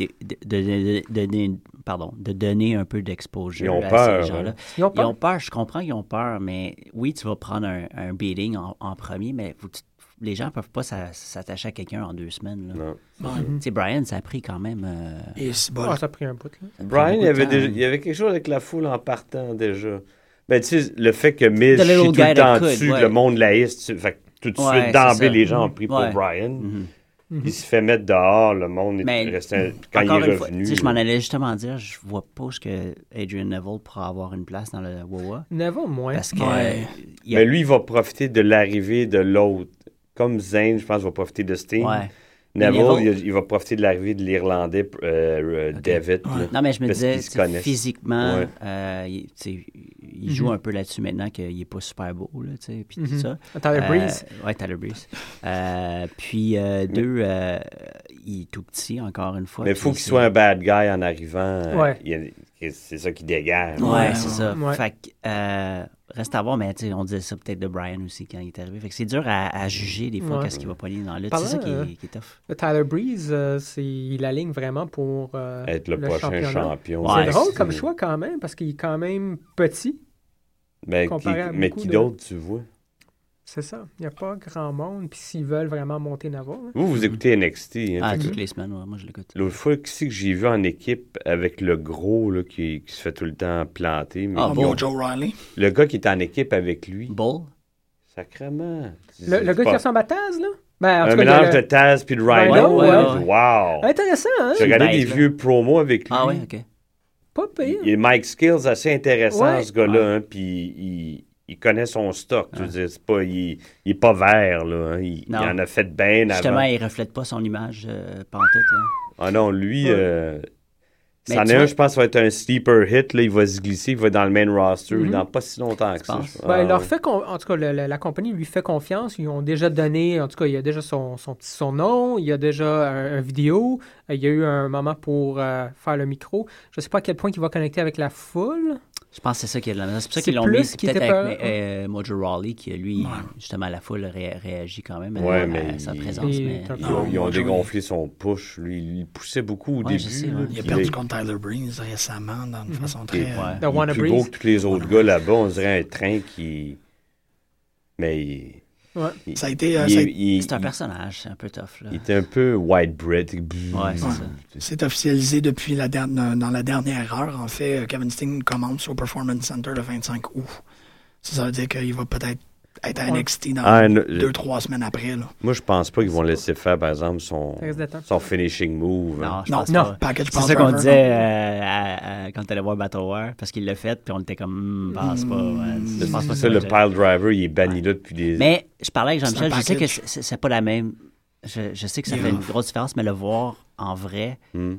de donner un peu d'exposure Ils ont à peur, ces gens-là. Ils ont peur. Ils ont peur, je comprends qu'ils ont peur, mais oui, tu vas prendre un beating en premier, mais les gens ne peuvent pas s'attacher à quelqu'un en 2 semaines. Là. Non. Ouais. Tu sais, Brian, ça a pris quand même... Et c'est bon. Ah, ça a pris un bout, là. ça a pris Brian, beaucoup il y, de avait temps. il y avait quelque chose avec la foule en partant déjà. Ben, tu sais, le fait que Miz The chie little tout guy le temps that could, dessus, ouais. le monde laïste, fait que tout de Ouais, suite, d'emblée, c'est ça. les gens ont pris pour Ouais. Brian. Mhm. Il se fait mettre dehors, le monde est Mais resté... Quand il encore est une fois, revenu... tu sais, je m'en allais justement dire, je vois pas ce que Adrian Neville pourra avoir une place dans le Wawa. Neville, moins. Parce que... Ouais. il y a- Mais lui, il va profiter de l'arrivée de l'autre. Comme Zayn, je pense, va profiter de Sting. Ouais. Neville, Neville- il va profiter de l'arrivée de l'Irlandais David. là. Non, mais je me Parce disais, qu'ils se tu sais, connaissent. physiquement, Ouais. tu sais, il joue un peu là-dessus maintenant qu'il n'est pas super beau, là, tu sais, puis tout ça. Tyler Breeze. Ouais, Tyler Breeze. Puis, il est tout petit, encore une fois. Mais il faut puis qu'il soit un bad guy en arrivant. Ouais. C'est ça qui dégage. Ouais, Ouais, c'est ça. ouais. Fait que, reste à voir, mais tu sais, on disait ça peut-être de Brian aussi quand il est arrivé. Fait que c'est dur à juger des fois Ouais. qu'est-ce qu'il va pogner dans la lutte. Parlant, C'est ça qui est tough. Le Tyler Breeze, il aligne vraiment pour Être le prochain championnat. champion. C'est Ouais, drôle c'est- comme choix quand même, parce qu'il est quand même petit. Ben, comparé à mais beaucoup qui de- d'autre, tu vois? C'est ça. Il n'y a pas grand monde. Puis s'ils veulent vraiment monter Nava, hein. Vous écoutez NXT. Hein, Ah, fait que toutes les semaines, ouais, moi je l'écoute. l'autre fois, qui c'est que j'ai vu en équipe avec le gros là, qui se fait tout le temps planter? Mais Ah, Comme bon. Joe Riley. le gars qui est en équipe avec lui. Bull? Sacrément. Le gars qui ressemble à Taz, là? Ben, en Un tout cas, mélange de Taz puis de Rhino. Rhino, ouais. Wow! Intéressant, hein? J'ai regardé bête, des là. vieux promos avec lui. Ah ouais, ok. Pas pire. Il est Mike Skills assez intéressant, Ouais. ce gars-là. Ouais. Hein, puis il connaît son stock. Je veux dire, c'est pas, il est pas vert, là. Hein. Il en a fait bien avant. Justement, il reflète pas son image pantoute. Hein. Ah non, lui, c'en est un, je pense, ça va être un sleeper hit. Là, il va se glisser, il va être dans le main roster dans pas si longtemps que ça. Il leur fait en tout cas, la compagnie lui fait confiance. Ils ont déjà donné, en tout cas, il y a déjà son nom, il y a déjà un vidéo, il y a eu un moment pour faire le micro. Je sais pas à quel point il va connecter avec la foule. Je pense que c'est ça qui est là. C'est pour ça qu'ils l'ont mis peut-être avec Mojo Rawley, qui lui, justement, la foule réagit quand même à sa présence. Ils ont dégonflé son push. Lui, il poussait beaucoup au début. Il a perdu contre Tyler Breeze récemment d'une façon très... Il est plus beau que tous les autres gars là-bas. On dirait un train qui... Mais ça a été... c'est un personnage, c'est un peu tough. Là. Il était un peu white bread. C'est ça. C'est officialisé depuis dans la dernière heure. En fait, Kevin Steen commence au Performance Center le 25 août. Ça veut dire qu'il va peut-être être à NXT dans 2-3 semaines après. Là. Moi, je pense pas qu'ils vont laisser faire, par exemple, son finishing move. Non, package c'est ça qu'on disait quand tu allais voir Battle War, parce qu'il l'a fait, puis on était comme, pense pas. Je pense pas ça, le pile driver, il est banni là depuis des... Mais je parlais avec Jean-Michel, je sais que c'est pas la même... Je sais que ça fait une grosse différence, mais le voir en vrai... tu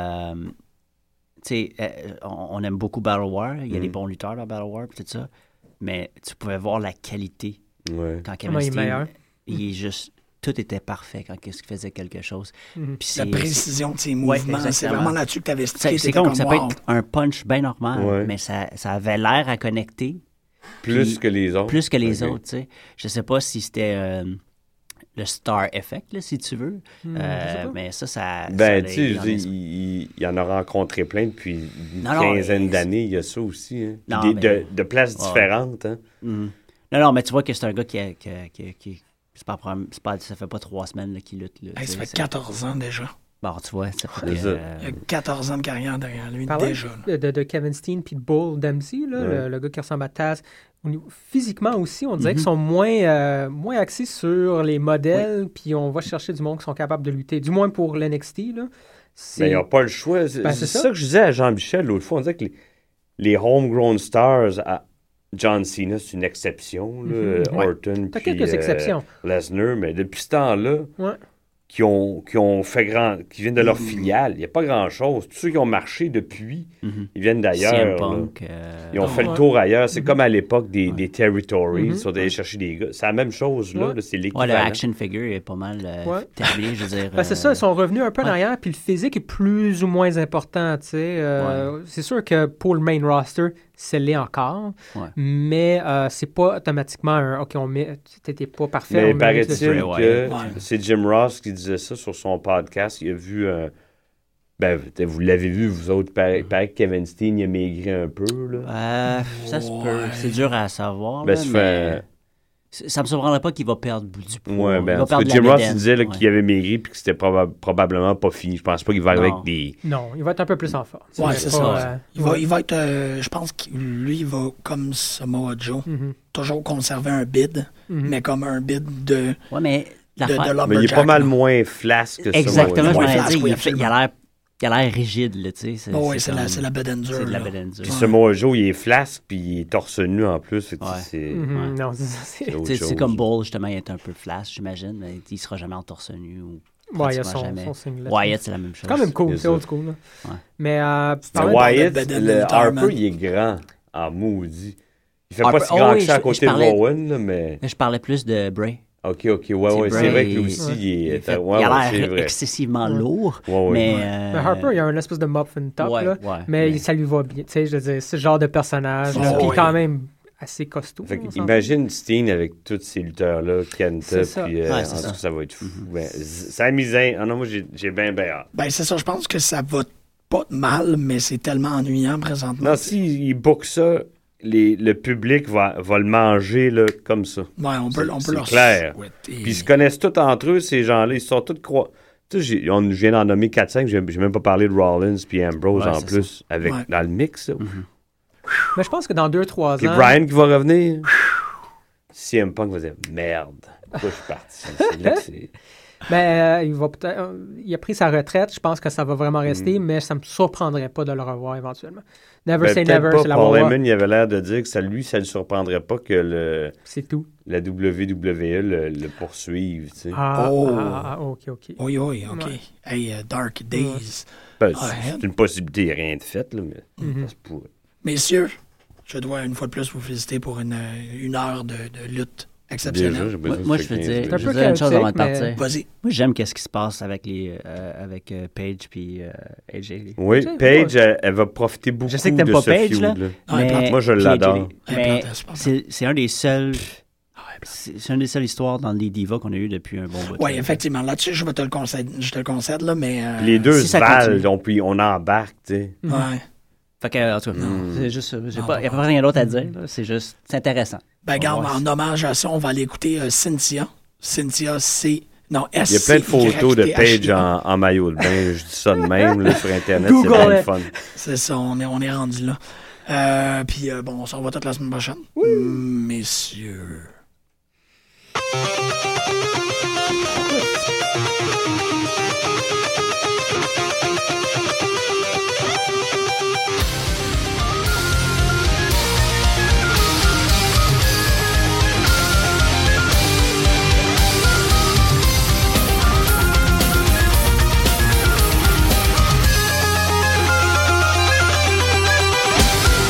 sais, on aime beaucoup Battle War. Il y a des bons lutteurs dans Battle War, tout ça. Mais tu pouvais voir la qualité quand Kevin Steen, il est juste... Tout était parfait quand il faisait quelque chose. Puis la précision de ses mouvements, c'est vraiment là-dessus que tu avais stické. C'est comme ça peut être un punch bien normal, mais ça avait l'air à connecter. Plus que les autres. Plus que les autres, tu sais. Je sais pas si c'était... le star effect, là, si tu veux. Mais ça ben, tu sais, il en a rencontré plein depuis une quinzaine d'années. Il y a ça aussi. Hein. Non, de places différentes. Hein. Non, mais tu vois que c'est un gars qui ça fait pas 3 semaines qu'il lutte. Là, ça fait 14 ans déjà. Bon, tu vois, ça fait... Il y a 14 ans de carrière derrière lui déjà. De Kevin Steen puis de Bull Dempsey, là, le gars qui ressemble à Taz. Physiquement aussi, on dirait qu'ils sont moins axés sur les modèles, puis on va chercher du monde qui sont capables de lutter. Du moins pour l'NXT. Là. Mais ils n'ont pas le choix. C'est ça que je disais à Jean-Michel l'autre fois. On disait que les homegrown stars... John Cena, c'est une exception. Là. Orton, puis quelques exceptions. Lesnar, mais depuis ce temps-là... Qui viennent de leur filiale. Il n'y a pas grand-chose. Tous ceux qui ont marché depuis, ils viennent d'ailleurs. Punk, ils ont fait le tour ailleurs. C'est comme à l'époque des territories. Ils sont allés chercher des gars. C'est la même chose, là. C'est l'équivalent. Le action figure est pas mal terminé, je veux dire. C'est ça, ils sont revenus un peu en arrière, puis le physique est plus ou moins important, tu sais. C'est sûr que pour le main roster, c'est l'est encore, mais c'est pas automatiquement un « OK, t'étais pas parfait. » Mais paraît-il que c'est Jim Ross qui disait ça sur son podcast. Il a vu... vous l'avez vu, vous autres. Il paraît que Kevin Steen il a maigri un peu. Là. Ça se peut. C'est dur à savoir. Ça me surprendrait pas qu'il va perdre du poids. Jim Ross disait qu'il avait maigri et que c'était probablement pas fini. Je pense pas qu'il va arriver avec des... Non, il va être un peu plus en forme. Ouais, c'est ça. Il va être... je pense que lui, il va, comme Samoa Joe, toujours conserver un bid, mais comme un bid de... Ouais, mais... Mais il est pas mal moins flasque que ça. Exactement, je m'en dire. Il a l'air rigide, là, tu sais. Oui, c'est la bed and C'est de la bed and Puis Samoa Joe, il est flasque, puis il est torse nu en plus. Non, c'est comme Bull, justement, il est un peu flasque, j'imagine, mais il sera jamais en torse nu ou... il y a son singlet. Wyatt, c'est la même chose. C'est quand même cool, c'est old school. Mais Wyatt, Harper, il est grand en maudit. Il fait pas si grand que ça à côté de Rowan, mais... Je parlais plus de Bray. OK, c'est vrai que lui aussi, il a l'air excessivement lourd, mais Harper, il a une espèce de muffin top, mais ça lui va bien. Tu sais, je veux dire, c'est ce genre de personnage, puis quand même assez costaud. Imagine Steen avec tous ces lutteurs-là, Kenta, puis ça va être fou. C'est amusant. Ah non, moi, j'ai bien hâte. C'est ça, je pense que ça va pas mal, mais c'est tellement ennuyant présentement. Non, s'il book ça... Le public va le manger là, comme ça. Ouais, on peut leur clair. Puis ils se connaissent tous entre eux, ces gens-là. Ils sont tous Tu sais, je viens d'en nommer 4-5. J'ai même pas parlé de Rollins puis Ambrose en plus, dans le mix. Mais je pense que dans 2-3 ans... Puis Brian qui va revenir. CM Punk va dire « Merde, pourquoi je suis parti? » Ben, il a pris sa retraite. Je pense que ça va vraiment rester, mais ça me surprendrait pas de le revoir éventuellement. Never say peut-être never, pas. c'est la Paul Wawa. Heyman, il avait l'air de dire que ça le surprendrait pas que C'est tout. la WWE le poursuive, tu sais. OK. Oui, OK. Ouais. Hey, Dark Days. Ben, Ah, c'est une possibilité, rien de fait, là, mais ça se pourrait. Messieurs, je dois une fois de plus vous féliciter pour une heure de lutte Déjà, exceptionnelle. j'ai besoin Moi, de je veux 15 dire, minutes. C'est un je peu veux dire une chose avant de chaotique, partir. Vas-y. Moi, j'aime qu'est-ce qui se passe avec Paige puis AJ. Oui, Tu sais, Paige, elle va profiter beaucoup Je sais que t'aimes de pas ce Paige, feud, là. Ouais, moi, je puis l'adore. AJ, Ouais, mais plante, c'est pas c'est un des seuls... C'est une des seules histoires dans les divas qu'on a eu depuis un bon bout de Oui, temps. effectivement. Là-dessus, je te le concède, là, mais... Puis les deux Si ça valent, continue. on embarque, tu sais. Ouais. Fait que, en tout cas, c'est juste... Il n'y a pas rien d'autre à dire. là. C'est juste... C'est intéressant. Ben, regarde, Ouais. en hommage à ça, on va aller écouter Cynthia. Cynthia, c'est... Non, Il y a plein de photos de Paige en maillot de bain. Je dis ça de même là, sur Internet. C'est Google bien le it. fun. C'est ça, on est rendu là. Puis, bon, on s'en va toute la semaine prochaine. Messieurs...